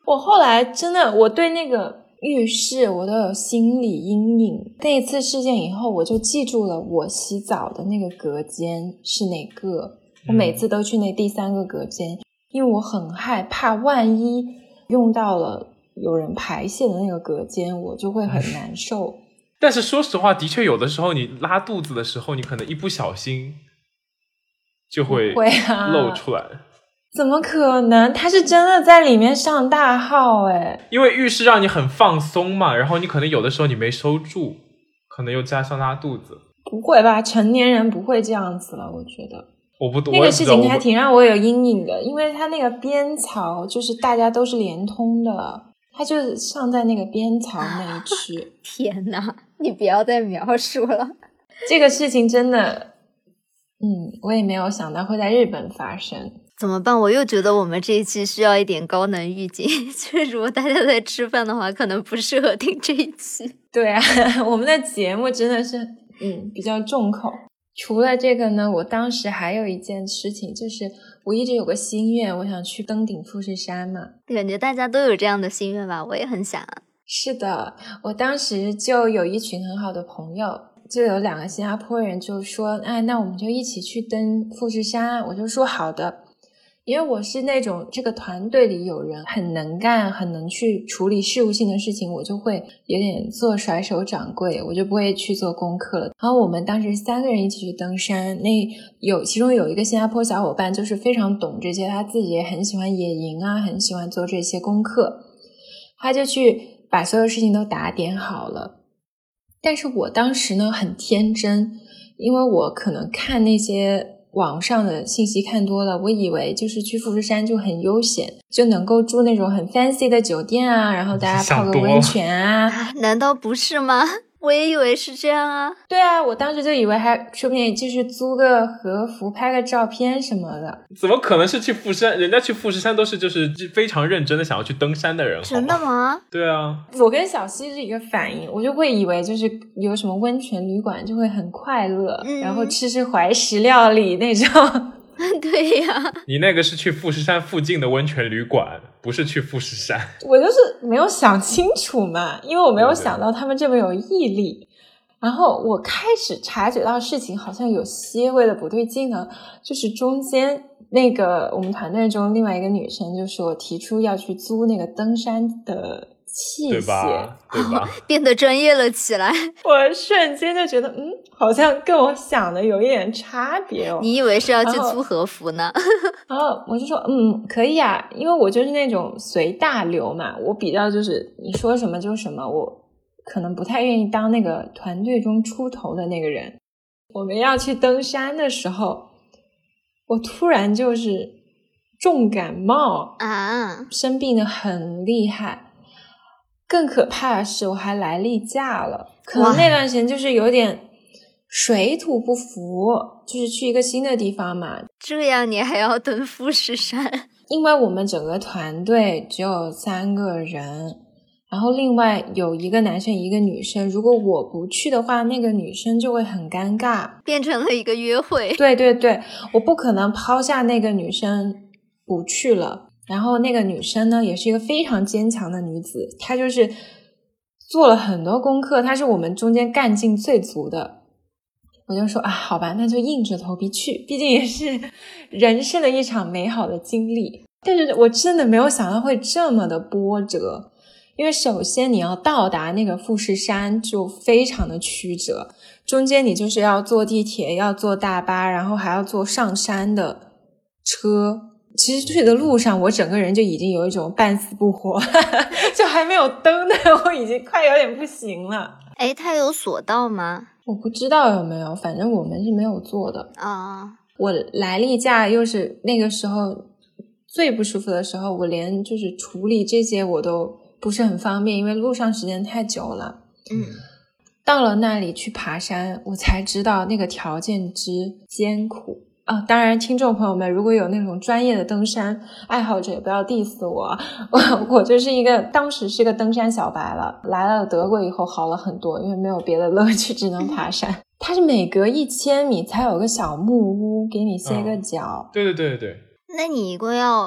[SPEAKER 4] 我后来真的，我对那个浴室我都有心理阴影。那一次事件以后，我就记住了我洗澡的那个隔间是哪个，我每次都去那第三个隔间，因为我很害怕万一用到了有人排泄的那个隔间，我就会很难受。
[SPEAKER 2] 但是说实话，的确有的时候你拉肚子的时候，你可能一不小心就会露出来。
[SPEAKER 4] 怎么可能？他是真的在里面上大号诶。
[SPEAKER 2] 因为浴室让你很放松嘛，然后你可能有的时候你没收住，可能又加上拉肚子。
[SPEAKER 4] 不会吧，成年人不会这样子了，我觉得。
[SPEAKER 2] 我不
[SPEAKER 4] 那个事情还挺让我有阴影的，因为它那个边槽就是大家都是连通的，它就上在那个边槽那一区。
[SPEAKER 3] 天哪，你不要再描述了。
[SPEAKER 4] 这个事情真的，嗯，我也没有想到会在日本发生。
[SPEAKER 3] 怎么办？我又觉得我们这一期需要一点高能预警，就是如果大家在吃饭的话，可能不适合听这一期。
[SPEAKER 4] 对啊，我们的节目真的是嗯比较重口。除了这个呢，我当时还有一件事情，就是我一直有个心愿，我想去登顶富士山嘛。
[SPEAKER 3] 感觉大家都有这样的心愿吧，我也很想啊。
[SPEAKER 4] 是的，我当时就有一群很好的朋友，就有两个新加坡人就说，哎，那我们就一起去登富士山。我就说好的。因为我是那种这个团队里有人很能干很能去处理事务性的事情，我就会有点做甩手掌柜，我就不会去做功课了。然后我们当时三个人一起去登山，那有其中有一个新加坡小伙伴就是非常懂这些，他自己也很喜欢野营啊，很喜欢做这些功课，他就去把所有事情都打点好了。但是我当时呢很天真，因为我可能看那些网上的信息看多了，我以为就是去富士山就很悠闲，就能够住那种很 fancy 的酒店啊，然后大家泡个温泉啊。
[SPEAKER 3] 啊，难道不是吗？我也以为是这样啊。
[SPEAKER 4] 对啊，我当时就以为还说不定就是租个和服拍个照片什么的。
[SPEAKER 2] 怎么可能是去富士山？人家去富士山都是就是非常认真的想要去登山的人。
[SPEAKER 3] 真的吗？
[SPEAKER 2] 对啊，
[SPEAKER 4] 我跟小西是一个反应，我就会以为就是有什么温泉旅馆就会很快乐、嗯、然后吃吃怀石料理那种。
[SPEAKER 3] 对呀，
[SPEAKER 2] 你那个是去富士山附近的温泉旅馆，不是去富士山。
[SPEAKER 4] 我就是没有想清楚嘛，因为我没有想到他们这么有毅力。然后我开始察觉到事情好像有些微的不对劲呢，就是中间那个我们团队中另外一个女生就说提出要去租那个登山的器械，
[SPEAKER 2] 对吧？对吧、哦？
[SPEAKER 3] 变得专业了起来。
[SPEAKER 4] 我瞬间就觉得，嗯，好像跟我想的有一点差别哦。
[SPEAKER 3] 你以为是要去租和服呢？
[SPEAKER 4] 然后我就说，嗯，可以啊，因为我就是那种随大流嘛，我比较就是你说什么就什么，我可能不太愿意当那个团队中出头的那个人。我们要去登山的时候，我突然就是重感冒
[SPEAKER 3] 啊，
[SPEAKER 4] 生病的很厉害。更可怕的是我还来例假了，可能那段时间就是有点水土不服，就是去一个新的地方嘛。
[SPEAKER 3] 这样你还要登富士山？
[SPEAKER 4] 因为我们整个团队只有三个人，然后另外有一个男生一个女生，如果我不去的话，那个女生就会很尴尬，
[SPEAKER 3] 变成了一个约会。
[SPEAKER 4] 对对对，我不可能抛下那个女生不去了。然后那个女生呢也是一个非常坚强的女子，她就是做了很多功课，她是我们中间干劲最足的。我就说啊，好吧，那就硬着头皮去，毕竟也是人生的一场美好的经历。但是我真的没有想到会这么的波折，因为首先你要到达那个富士山就非常的曲折，中间你就是要坐地铁，要坐大巴，然后还要坐上山的车。其实去的路上我整个人就已经有一种半死不活就还没有登的我已经快有点不行了。
[SPEAKER 3] 诶，它有索道吗？
[SPEAKER 4] 我不知道有没有，反正我们是没有做的
[SPEAKER 3] 啊。
[SPEAKER 4] 我来例假又是那个时候最不舒服的时候，我连就是处理这些我都不是很方便，因为路上时间太久了。
[SPEAKER 3] 嗯，
[SPEAKER 4] 到了那里去爬山，我才知道那个条件之艰苦啊！当然听众朋友们如果有那种专业的登山爱好者也不要 diss 我，我我就是一个当时是个登山小白了，来了德国以后好了很多，因为没有别的乐趣，只能爬山。它是每隔一千米才有个小木屋给你歇个脚、
[SPEAKER 2] 嗯、对对对对。
[SPEAKER 3] 那你一共要爬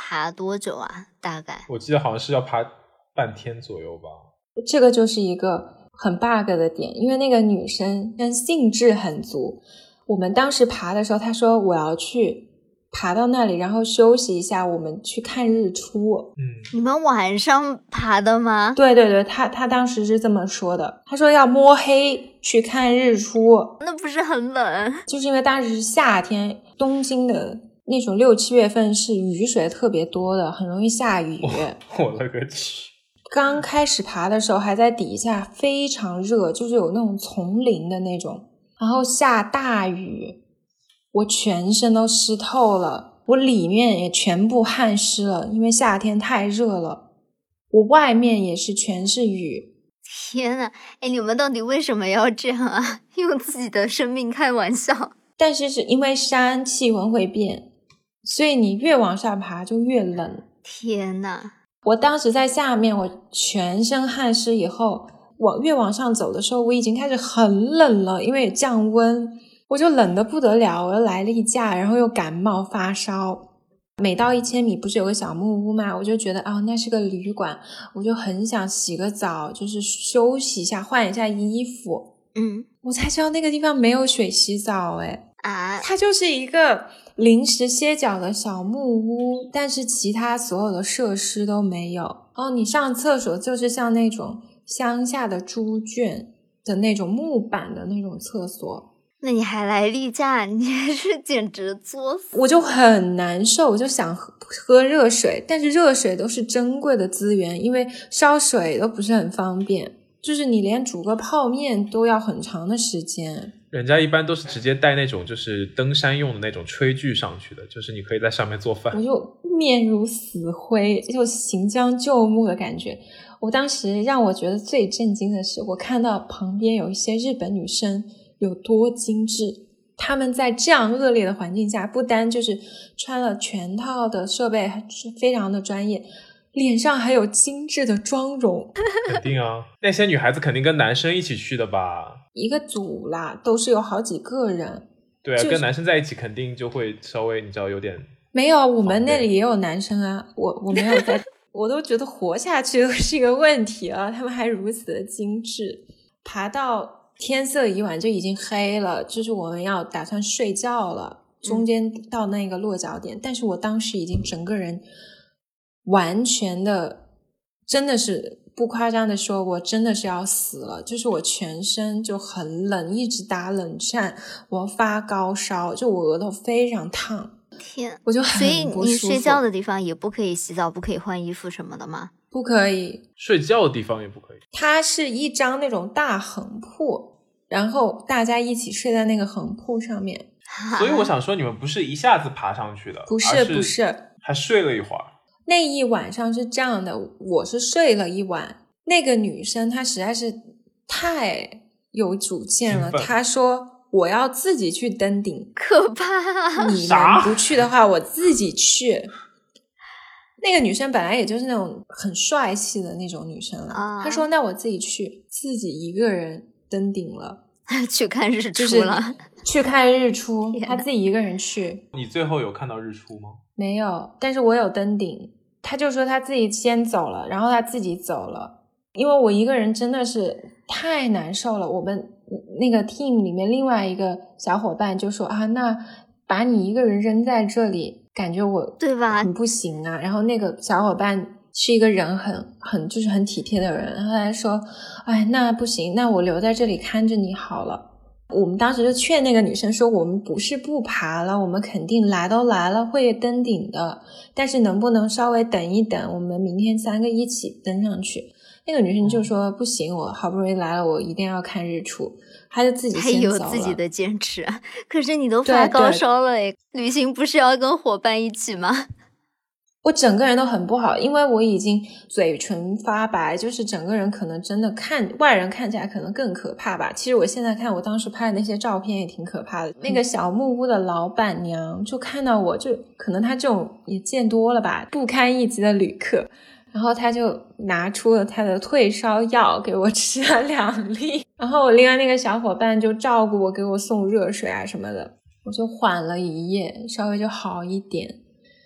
[SPEAKER 3] 爬多久啊？大概
[SPEAKER 2] 我记得好像是要爬半天左右吧。
[SPEAKER 4] 这个就是一个很 bug 的点，因为那个女生跟兴致很足。我们当时爬的时候，她说我要去爬到那里，然后休息一下，我们去看日出。
[SPEAKER 2] 嗯，
[SPEAKER 3] 你们晚上爬的吗？
[SPEAKER 4] 对对对，她她当时是这么说的，她说要摸黑去看日出。
[SPEAKER 3] 那不是很冷？
[SPEAKER 4] 就是因为当时是夏天，东京的那种六七月份是雨水特别多的，很容易下雨。
[SPEAKER 2] 我勒个去！
[SPEAKER 4] 刚开始爬的时候还在底下，非常热，就是有那种丛林的那种，然后下大雨，我全身都湿透了，我里面也全部汗湿了，因为夏天太热了，我外面也是全是雨。
[SPEAKER 3] 天哪，哎，你们到底为什么要这样啊？用自己的生命开玩笑。
[SPEAKER 4] 但是是因为山气温会变，所以你越往上爬就越冷。
[SPEAKER 3] 天哪！
[SPEAKER 4] 我当时在下面，我全身汗湿以后，往越往上走的时候，我已经开始很冷了，因为降温，我就冷得不得了，我又来例假，然后又感冒发烧。每到一千米不是有个小木屋嘛，我就觉得哦，那是个旅馆，我就很想洗个澡，就是休息一下，换一下衣服。
[SPEAKER 3] 嗯，
[SPEAKER 4] 我才知道那个地方没有水洗澡。诶
[SPEAKER 3] 啊，
[SPEAKER 4] 它就是一个临时歇脚的小木屋，但是其他所有的设施都没有。哦，你上厕所就是像那种乡下的猪圈的那种木板的那种厕所。
[SPEAKER 3] 那你还来例假，你还是简直作死！
[SPEAKER 4] 我就很难受，我就想喝喝热水，但是热水都是珍贵的资源，因为烧水都不是很方便，就是你连煮个泡面都要很长的时间。
[SPEAKER 2] 人家一般都是直接带那种就是登山用的那种炊具上去的，就是你可以在上面做饭。
[SPEAKER 4] 我就面如死灰，就行将就木的感觉。我当时让我觉得最震惊的是，我看到旁边有一些日本女生有多精致，她们在这样恶劣的环境下，不单就是穿了全套的设备，非常的专业，脸上还有精致的妆容。
[SPEAKER 2] 肯定啊，那些女孩子肯定跟男生一起去的吧？
[SPEAKER 4] 一个组啦，都是有好几个人。
[SPEAKER 2] 对啊，
[SPEAKER 4] 就是
[SPEAKER 2] 跟男生在一起肯定就会稍微你知道有点。
[SPEAKER 4] 没有，我们那里也有男生啊，我我没有在我都觉得活下去都是一个问题了，他们还如此的精致。爬到天色已晚就已经黑了，就是我们要打算睡觉了，中间到那个落脚点、嗯、但是我当时已经整个人完全的，真的是不夸张的说，我真的是要死了，就是我全身就很冷，一直打冷战，我发高烧，就我额头非常烫。
[SPEAKER 3] 天，
[SPEAKER 4] 我就很不舒服。
[SPEAKER 3] 所以你睡觉的地方也不可以洗澡，不可以换衣服什么的吗？
[SPEAKER 4] 不可以，
[SPEAKER 2] 睡觉的地方也不可以。
[SPEAKER 4] 它是一张那种大横铺，然后大家一起睡在那个横铺上面。
[SPEAKER 2] 所以我想说，你们不是一下子爬上去的？
[SPEAKER 4] 不是，不是，
[SPEAKER 2] 还睡了一会儿。
[SPEAKER 4] 那一晚上是这样的，我是睡了一晚，那个女生她实在是太有主见了，她说我要自己去登顶，
[SPEAKER 3] 可怕！
[SPEAKER 4] 你们不去的话，我自己去。那个女生本来也就是那种很帅气的那种女生了，啊、她说那我自己去，自己一个人登顶了，
[SPEAKER 3] 去看日出了，
[SPEAKER 4] 就是去看日出，她自己一个人去。
[SPEAKER 2] 你最后有看到日出吗？
[SPEAKER 4] 没有，但是我有登顶。她就说她自己先走了，然后她自己走了，因为我一个人真的是太难受了。我们那个 team 里面另外一个小伙伴就说啊，那把你一个人扔在这里，感觉我
[SPEAKER 3] 对吧
[SPEAKER 4] 很不行啊。然后那个小伙伴是一个人很很就是很体贴的人，然后他说哎，那不行，那我留在这里看着你好了。我们当时就劝那个女生说，我们不是不爬了，我们肯定来都来了会登顶的，但是能不能稍微等一等，我们明天三个一起登上去。那个女生就说不行，我好不容易来了，我一定要看日出。她就自己先走了，
[SPEAKER 3] 还有自己的坚持。可是你都发高烧了诶，旅行不是要跟伙伴一起吗？
[SPEAKER 4] 我整个人都很不好，因为我已经嘴唇发白，就是整个人可能真的看外人看起来可能更可怕吧。其实我现在看我当时拍的那些照片也挺可怕的。那个小木屋的老板娘就看到我，就可能她这种也见多了吧，不堪一击的旅客，然后她就拿出了她的退烧药给我吃了两粒，然后我另外那个小伙伴就照顾我，给我送热水啊什么的，我就缓了一夜，稍微就好一点。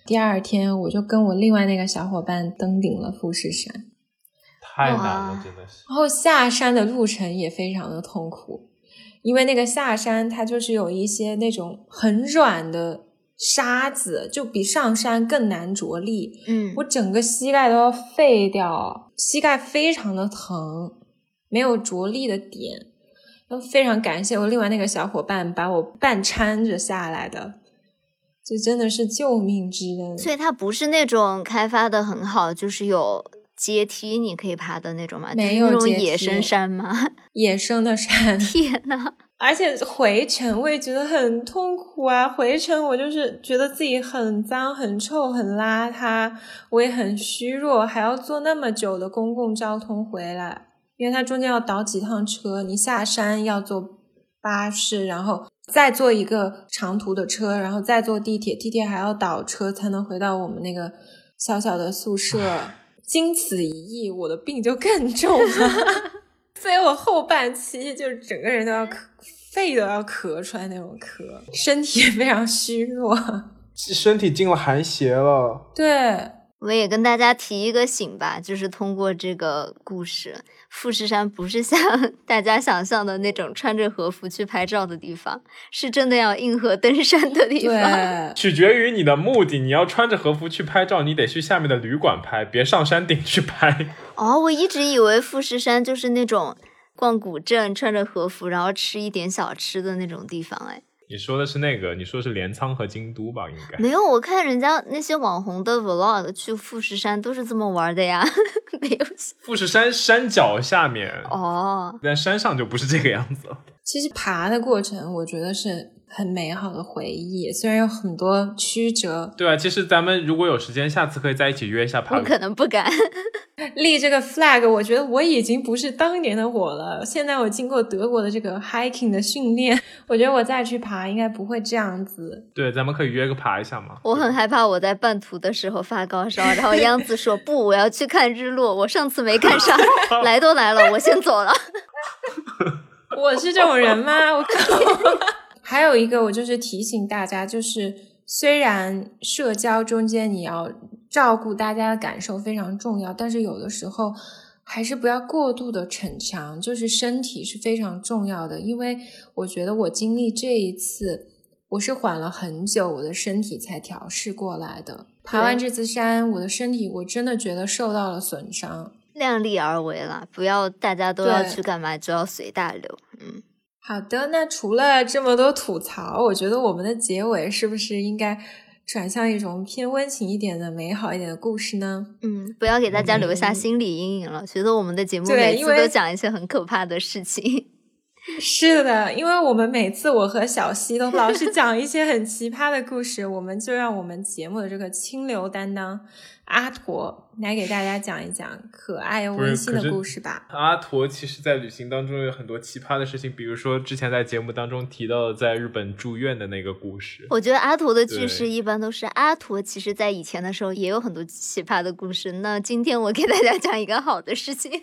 [SPEAKER 4] 第二天我就跟我另外那个小伙伴登顶了富士山，
[SPEAKER 2] 太难了，真的是。
[SPEAKER 4] 然后下山的路程也非常的痛苦，因为那个下山它就是有一些那种很软的沙子，就比上山更难着力。
[SPEAKER 3] 嗯，
[SPEAKER 4] 我整个膝盖都要废掉，膝盖非常的疼，没有着力的点。非常感谢我另外那个小伙伴把我半搀着下来的，这真的是救命之恩。
[SPEAKER 3] 所以它不是那种开发的很好，就是有阶梯你可以爬的那种吗？
[SPEAKER 4] 没有阶梯，
[SPEAKER 3] 就是那种野生山吗？
[SPEAKER 4] 野生的山。
[SPEAKER 3] 天哪！
[SPEAKER 4] 而且回程我也觉得很痛苦啊，回程我就是觉得自己很脏很臭很邋遢，我也很虚弱，还要坐那么久的公共交通回来，因为它中间要倒几趟车，你下山要坐巴士，然后再坐一个长途的车，然后再坐地铁，地铁还要倒车才能回到我们那个小小的宿舍。经此一役，我的病就更重了所以我后半期就是整个人都要咳，肺都要咳出来那种咳，身体也非常虚弱，
[SPEAKER 2] 身体进了寒邪了。
[SPEAKER 4] 对，
[SPEAKER 3] 我也跟大家提一个醒吧，就是通过这个故事，富士山不是像大家想象的那种穿着和服去拍照的地方，是真的要硬核登山的地方。
[SPEAKER 4] 对，
[SPEAKER 2] 取决于你的目的，你要穿着和服去拍照，你得去下面的旅馆拍，别上山顶去拍。
[SPEAKER 3] 哦，我一直以为富士山就是那种逛古镇穿着和服然后吃一点小吃的那种地方。哎，
[SPEAKER 2] 你说的是那个，你说的是镰仓和京都吧？应该
[SPEAKER 3] 没有，我看人家那些网红的 vlog 去富士山都是这么玩的呀。没有，
[SPEAKER 2] 富士山山脚下面
[SPEAKER 3] 哦，
[SPEAKER 2] 但山上就不是这个样子了。
[SPEAKER 4] 其实爬的过程我觉得是很美好的回忆，虽然有很多曲折。
[SPEAKER 2] 对啊，其实咱们如果有时间下次可以在一起约一下爬。
[SPEAKER 3] 我可能不敢
[SPEAKER 4] 立这个 flag， 我觉得我已经不是当年的我了，现在我经过德国的这个 hiking 的训练，我觉得我再去爬应该不会这样子。
[SPEAKER 2] 对，咱们可以约个爬一下嘛。
[SPEAKER 3] 我很害怕我在半途的时候发高烧，然后央子说不，我要去看日落，我上次没看上来都来了，我先走了
[SPEAKER 4] 我是这种人吗？我靠还有一个我就是提醒大家，就是虽然社交中间你要照顾大家的感受非常重要，但是有的时候还是不要过度的逞强，就是身体是非常重要的。因为我觉得我经历这一次我是缓了很久，我的身体才调试过来的。爬完这次山，我的身体我真的觉得受到了损伤，
[SPEAKER 3] 量力而为啦，不要大家都要去干嘛就要随大流。嗯，
[SPEAKER 4] 好的，那除了这么多吐槽，我觉得我们的结尾是不是应该转向一种偏温情一点的美好一点的故事呢？
[SPEAKER 3] 嗯，不要给大家留下心理阴影了、嗯、觉得我们的节目每次都讲一些很可怕的事情。
[SPEAKER 4] 是的，因为我们每次我和小溪都老是讲一些很奇葩的故事我们就让我们节目的这个清流担当阿驼来给大家讲一讲可爱又温馨的故事吧。
[SPEAKER 2] 阿驼其实在旅行当中有很多奇葩的事情，比如说之前在节目当中提到的在日本住院的那个故事。
[SPEAKER 3] 我觉得阿驼的句式一般都是阿驼其实在以前的时候也有很多奇葩的故事，那今天我给大家讲一个好的事情。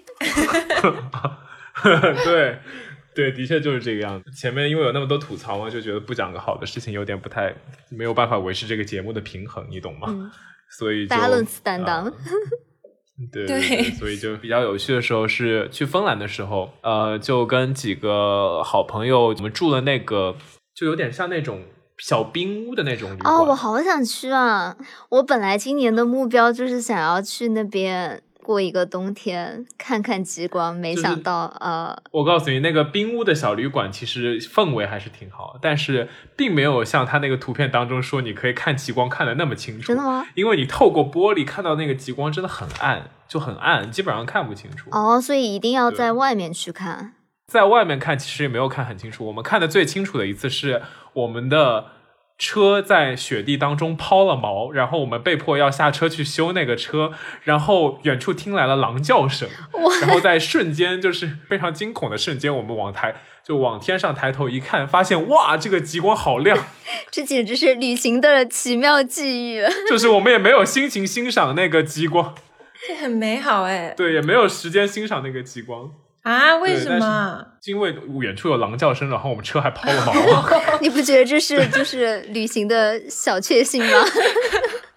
[SPEAKER 2] 对对，的确就是这个样子。前面因为有那么多吐槽嘛，就觉得不讲个好的事情有点不太没有办法维持这个节目的平衡，你懂吗？嗯、所以就
[SPEAKER 3] balance 担当、呃、
[SPEAKER 2] 对, 对, 对, 对，所以就比较有趣的时候是去芬兰的时候，呃，就跟几个好朋友我们住了那个就有点像那种小冰屋的那种旅馆。
[SPEAKER 3] 哦，我好想去啊！我本来今年的目标就是想要去那边过一个冬天看看极光，没想到、就是、呃
[SPEAKER 2] 我告诉你，那个冰屋的小旅馆其实氛围还是挺好，但是并没有像他那个图片当中说你可以看极光看得那么清楚。
[SPEAKER 3] 真的吗？
[SPEAKER 2] 因为你透过玻璃看到那个极光真的很暗，就很暗，基本上看不清楚。
[SPEAKER 3] 哦，所以一定要在外面去看。
[SPEAKER 2] 在外面看其实也没有看很清楚，我们看的最清楚的一次是我们的车在雪地当中抛了锚，然后我们被迫要下车去修那个车，然后远处听来了狼叫声，然后在瞬间就是非常惊恐的瞬间，我们往台就往天上抬头一看，发现哇，这个极光好亮。
[SPEAKER 3] 这简直是旅行的奇妙际遇。
[SPEAKER 2] 就是我们也没有心情欣赏那个极光，
[SPEAKER 4] 这很美好哎。
[SPEAKER 2] 对，也没有时间欣赏那个极光
[SPEAKER 4] 啊？为什么？
[SPEAKER 2] 因为远处有狼叫声，然后我们车还抛了锚。
[SPEAKER 3] 你不觉得这是就是旅行的小确幸吗？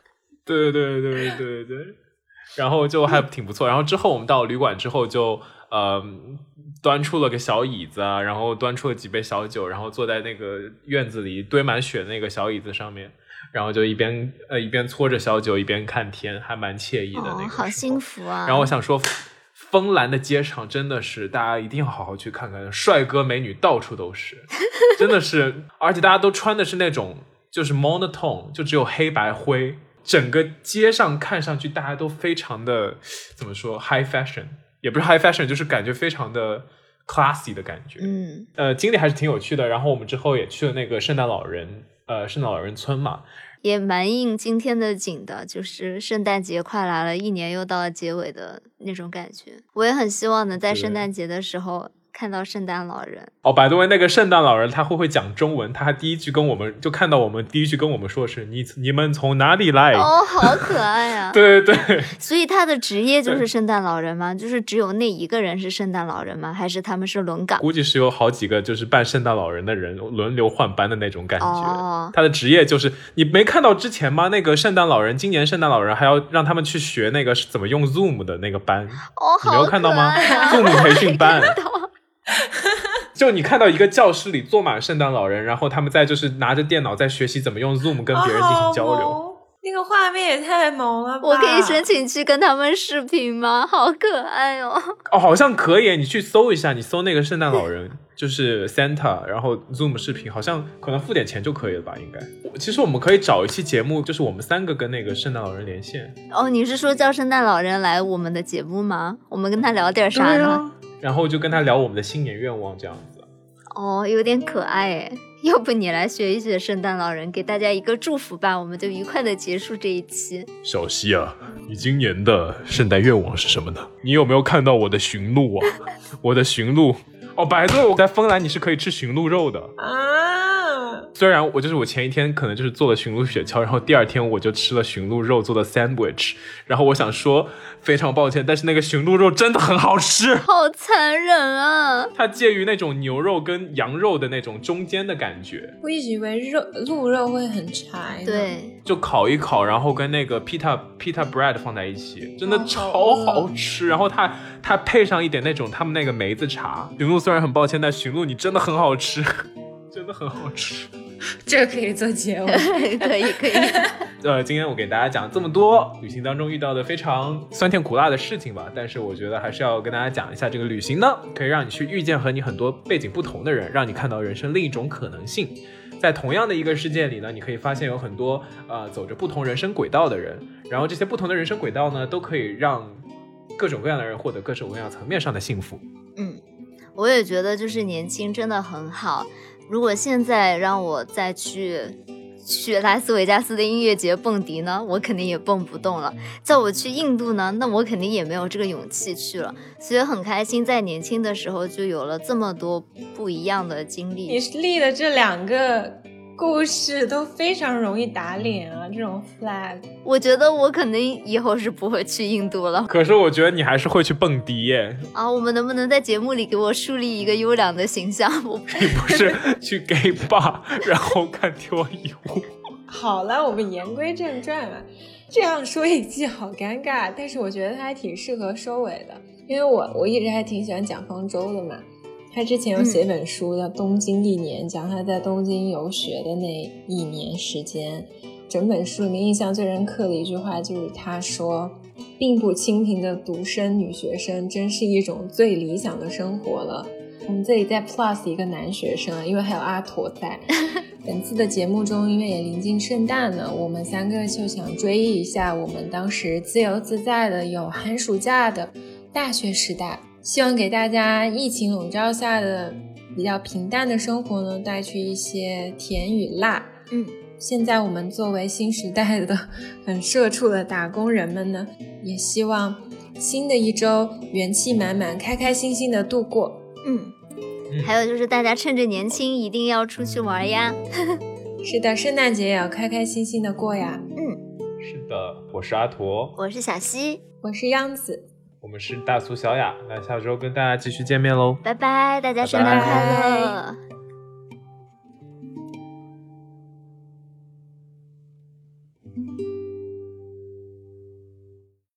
[SPEAKER 2] 对对对对对，然后就还挺不错。然后之后我们到旅馆之后就呃端出了个小椅子啊，然后端出了几杯小酒，然后坐在那个院子里堆满雪那个小椅子上面，然后就一边呃一边搓着小酒一边看天，还蛮惬意的那个、
[SPEAKER 3] 哦、好幸福啊。
[SPEAKER 2] 然后我想说芬兰的街场真的是大家一定要好好去看看，帅哥美女到处都是，真的是，而且大家都穿的是那种就是 monotone， 就只有黑白灰，整个街上看上去大家都非常的怎么说 high fashion， 也不是 high fashion， 就是感觉非常的 classy 的感觉。
[SPEAKER 3] 嗯，
[SPEAKER 2] 呃，经历还是挺有趣的。然后我们之后也去了那个圣诞老人呃圣诞老人村嘛，
[SPEAKER 3] 也蛮应今天的景的，就是圣诞节快来了，一年又到了结尾的那种感觉。我也很希望能在圣诞节的时候看到圣诞老人。
[SPEAKER 2] 哦，百度问那个圣诞老人他会不会讲中文？他第一句跟我们就看到我们第一句跟我们说的是你你们从哪里来？
[SPEAKER 3] 哦，好可爱啊！
[SPEAKER 2] 对对对，
[SPEAKER 3] 所以他的职业就是圣诞老人吗？就是只有那一个人是圣诞老人吗？还是他们是轮岗？
[SPEAKER 2] 估计是有好几个就是扮圣诞老人的人轮流换班的那种感觉。
[SPEAKER 3] 哦，
[SPEAKER 2] 他的职业就是你没看到之前吗？那个圣诞老人今年圣诞老人还要让他们去学那个怎么用 Zoom 的那个班。
[SPEAKER 3] 哦，
[SPEAKER 2] 你没有看到吗？
[SPEAKER 3] Zoom
[SPEAKER 2] 培训班。就你看到一个教室里坐满圣诞老人，然后他们在就是拿着电脑在学习怎么用 Zoom 跟别人进行交流。
[SPEAKER 4] 哦，那个画面也太萌了吧！
[SPEAKER 3] 我可以申请去跟他们视频吗？好可爱哦！
[SPEAKER 2] 哦，好像可以，你去搜一下，你搜那个圣诞老人就是 Santa， 然后 Zoom 视频，好像可能付点钱就可以了吧？应该。其实我们可以找一期节目，就是我们三个跟那个圣诞老人连线。
[SPEAKER 3] 哦，你是说叫圣诞老人来我们的节目吗？我们跟他聊点啥呢？
[SPEAKER 2] 啊、然后就跟他聊我们的新年愿望这样子。
[SPEAKER 3] 哦，有点可爱诶，要不你来学一学圣诞老人，给大家一个祝福吧，我们就愉快的结束这一期。
[SPEAKER 2] 小西啊，你今年的圣诞愿望是什么呢？你有没有看到我的驯鹿啊？我的驯鹿哦，百度我在芬兰你是可以吃驯鹿肉的
[SPEAKER 4] 啊。
[SPEAKER 2] 虽然我就是我前一天可能就是做了驯鹿雪橇，然后第二天我就吃了驯鹿肉做的 sandwich， 然后我想说非常抱歉，但是那个驯鹿肉真的很好吃，
[SPEAKER 3] 好残忍啊！
[SPEAKER 2] 它介于那种牛肉跟羊肉的那种中间的感觉。
[SPEAKER 4] 我一直以为肉鹿肉会很柴，
[SPEAKER 3] 对，
[SPEAKER 2] 就烤一烤，然后跟那个 pita pita bread 放在一起，真的超好吃。然后它它配上一点那种他们那个梅子茶。驯鹿虽然很抱歉，但驯鹿你真的很好吃，真的很好吃。
[SPEAKER 4] 这可以做结尾。
[SPEAKER 3] 可以可以。
[SPEAKER 2] 呃，今天我给大家讲这么多旅行当中遇到的非常酸甜苦辣的事情吧，但是我觉得还是要跟大家讲一下，这个旅行呢可以让你去遇见和你很多背景不同的人，让你看到人生另一种可能性。在同样的一个世界里呢，你可以发现有很多呃走着不同人生轨道的人，然后这些不同的人生轨道呢都可以让各种各样的人获得各种各样层面上的幸福。
[SPEAKER 3] 嗯，我也觉得就是年轻真的很好。如果现在让我再去去拉斯维加斯的音乐节蹦迪呢，我肯定也蹦不动了。叫我去印度呢，那我肯定也没有这个勇气去了。所以很开心在年轻的时候就有了这么多不一样的经历。
[SPEAKER 4] 你立的这两个故事都非常容易打脸啊，这种 flag。
[SPEAKER 3] 我觉得我可能以后是不会去印度了。
[SPEAKER 2] 可是我觉得你还是会去蹦迪耶。
[SPEAKER 3] 啊，我们能不能在节目里给我树立一个优良的形象？我
[SPEAKER 2] 你不是去 gay bar 然后看脱衣舞？
[SPEAKER 4] 好了，我们言归正传了。这样说一句好尴尬，但是我觉得它还挺适合收尾的，因为我我一直还挺喜欢蒋方舟的嘛。他之前有写本书叫《东京一年》，讲他在东京游学的那一年时间。整本书里面印象最深刻的一句话就是他说，并不清贫的独生女学生真是一种最理想的生活了。我们这里再 plus 一个男学生，因为还有阿驼在。本次的节目中，因为也临近圣诞了，我们三个就想追忆一下我们当时自由自在的有寒暑假的大学时代，希望给大家疫情笼罩下的比较平淡的生活呢带去一些甜与辣。
[SPEAKER 3] 嗯，
[SPEAKER 4] 现在我们作为新时代的很社畜的打工人们呢，也希望新的一周元气满满，开开心心的度过。
[SPEAKER 3] 嗯，还有就是大家趁着年轻一定要出去玩呀。
[SPEAKER 4] 是的，圣诞节也要开开心心的过呀。
[SPEAKER 3] 嗯，
[SPEAKER 2] 是的，我是阿驼，
[SPEAKER 3] 我是小西，
[SPEAKER 4] 我是央子，
[SPEAKER 2] 我们是大苏小雅。那下周跟大家继续见面喽，
[SPEAKER 3] 拜拜，大家圣诞快乐。
[SPEAKER 2] 拜拜。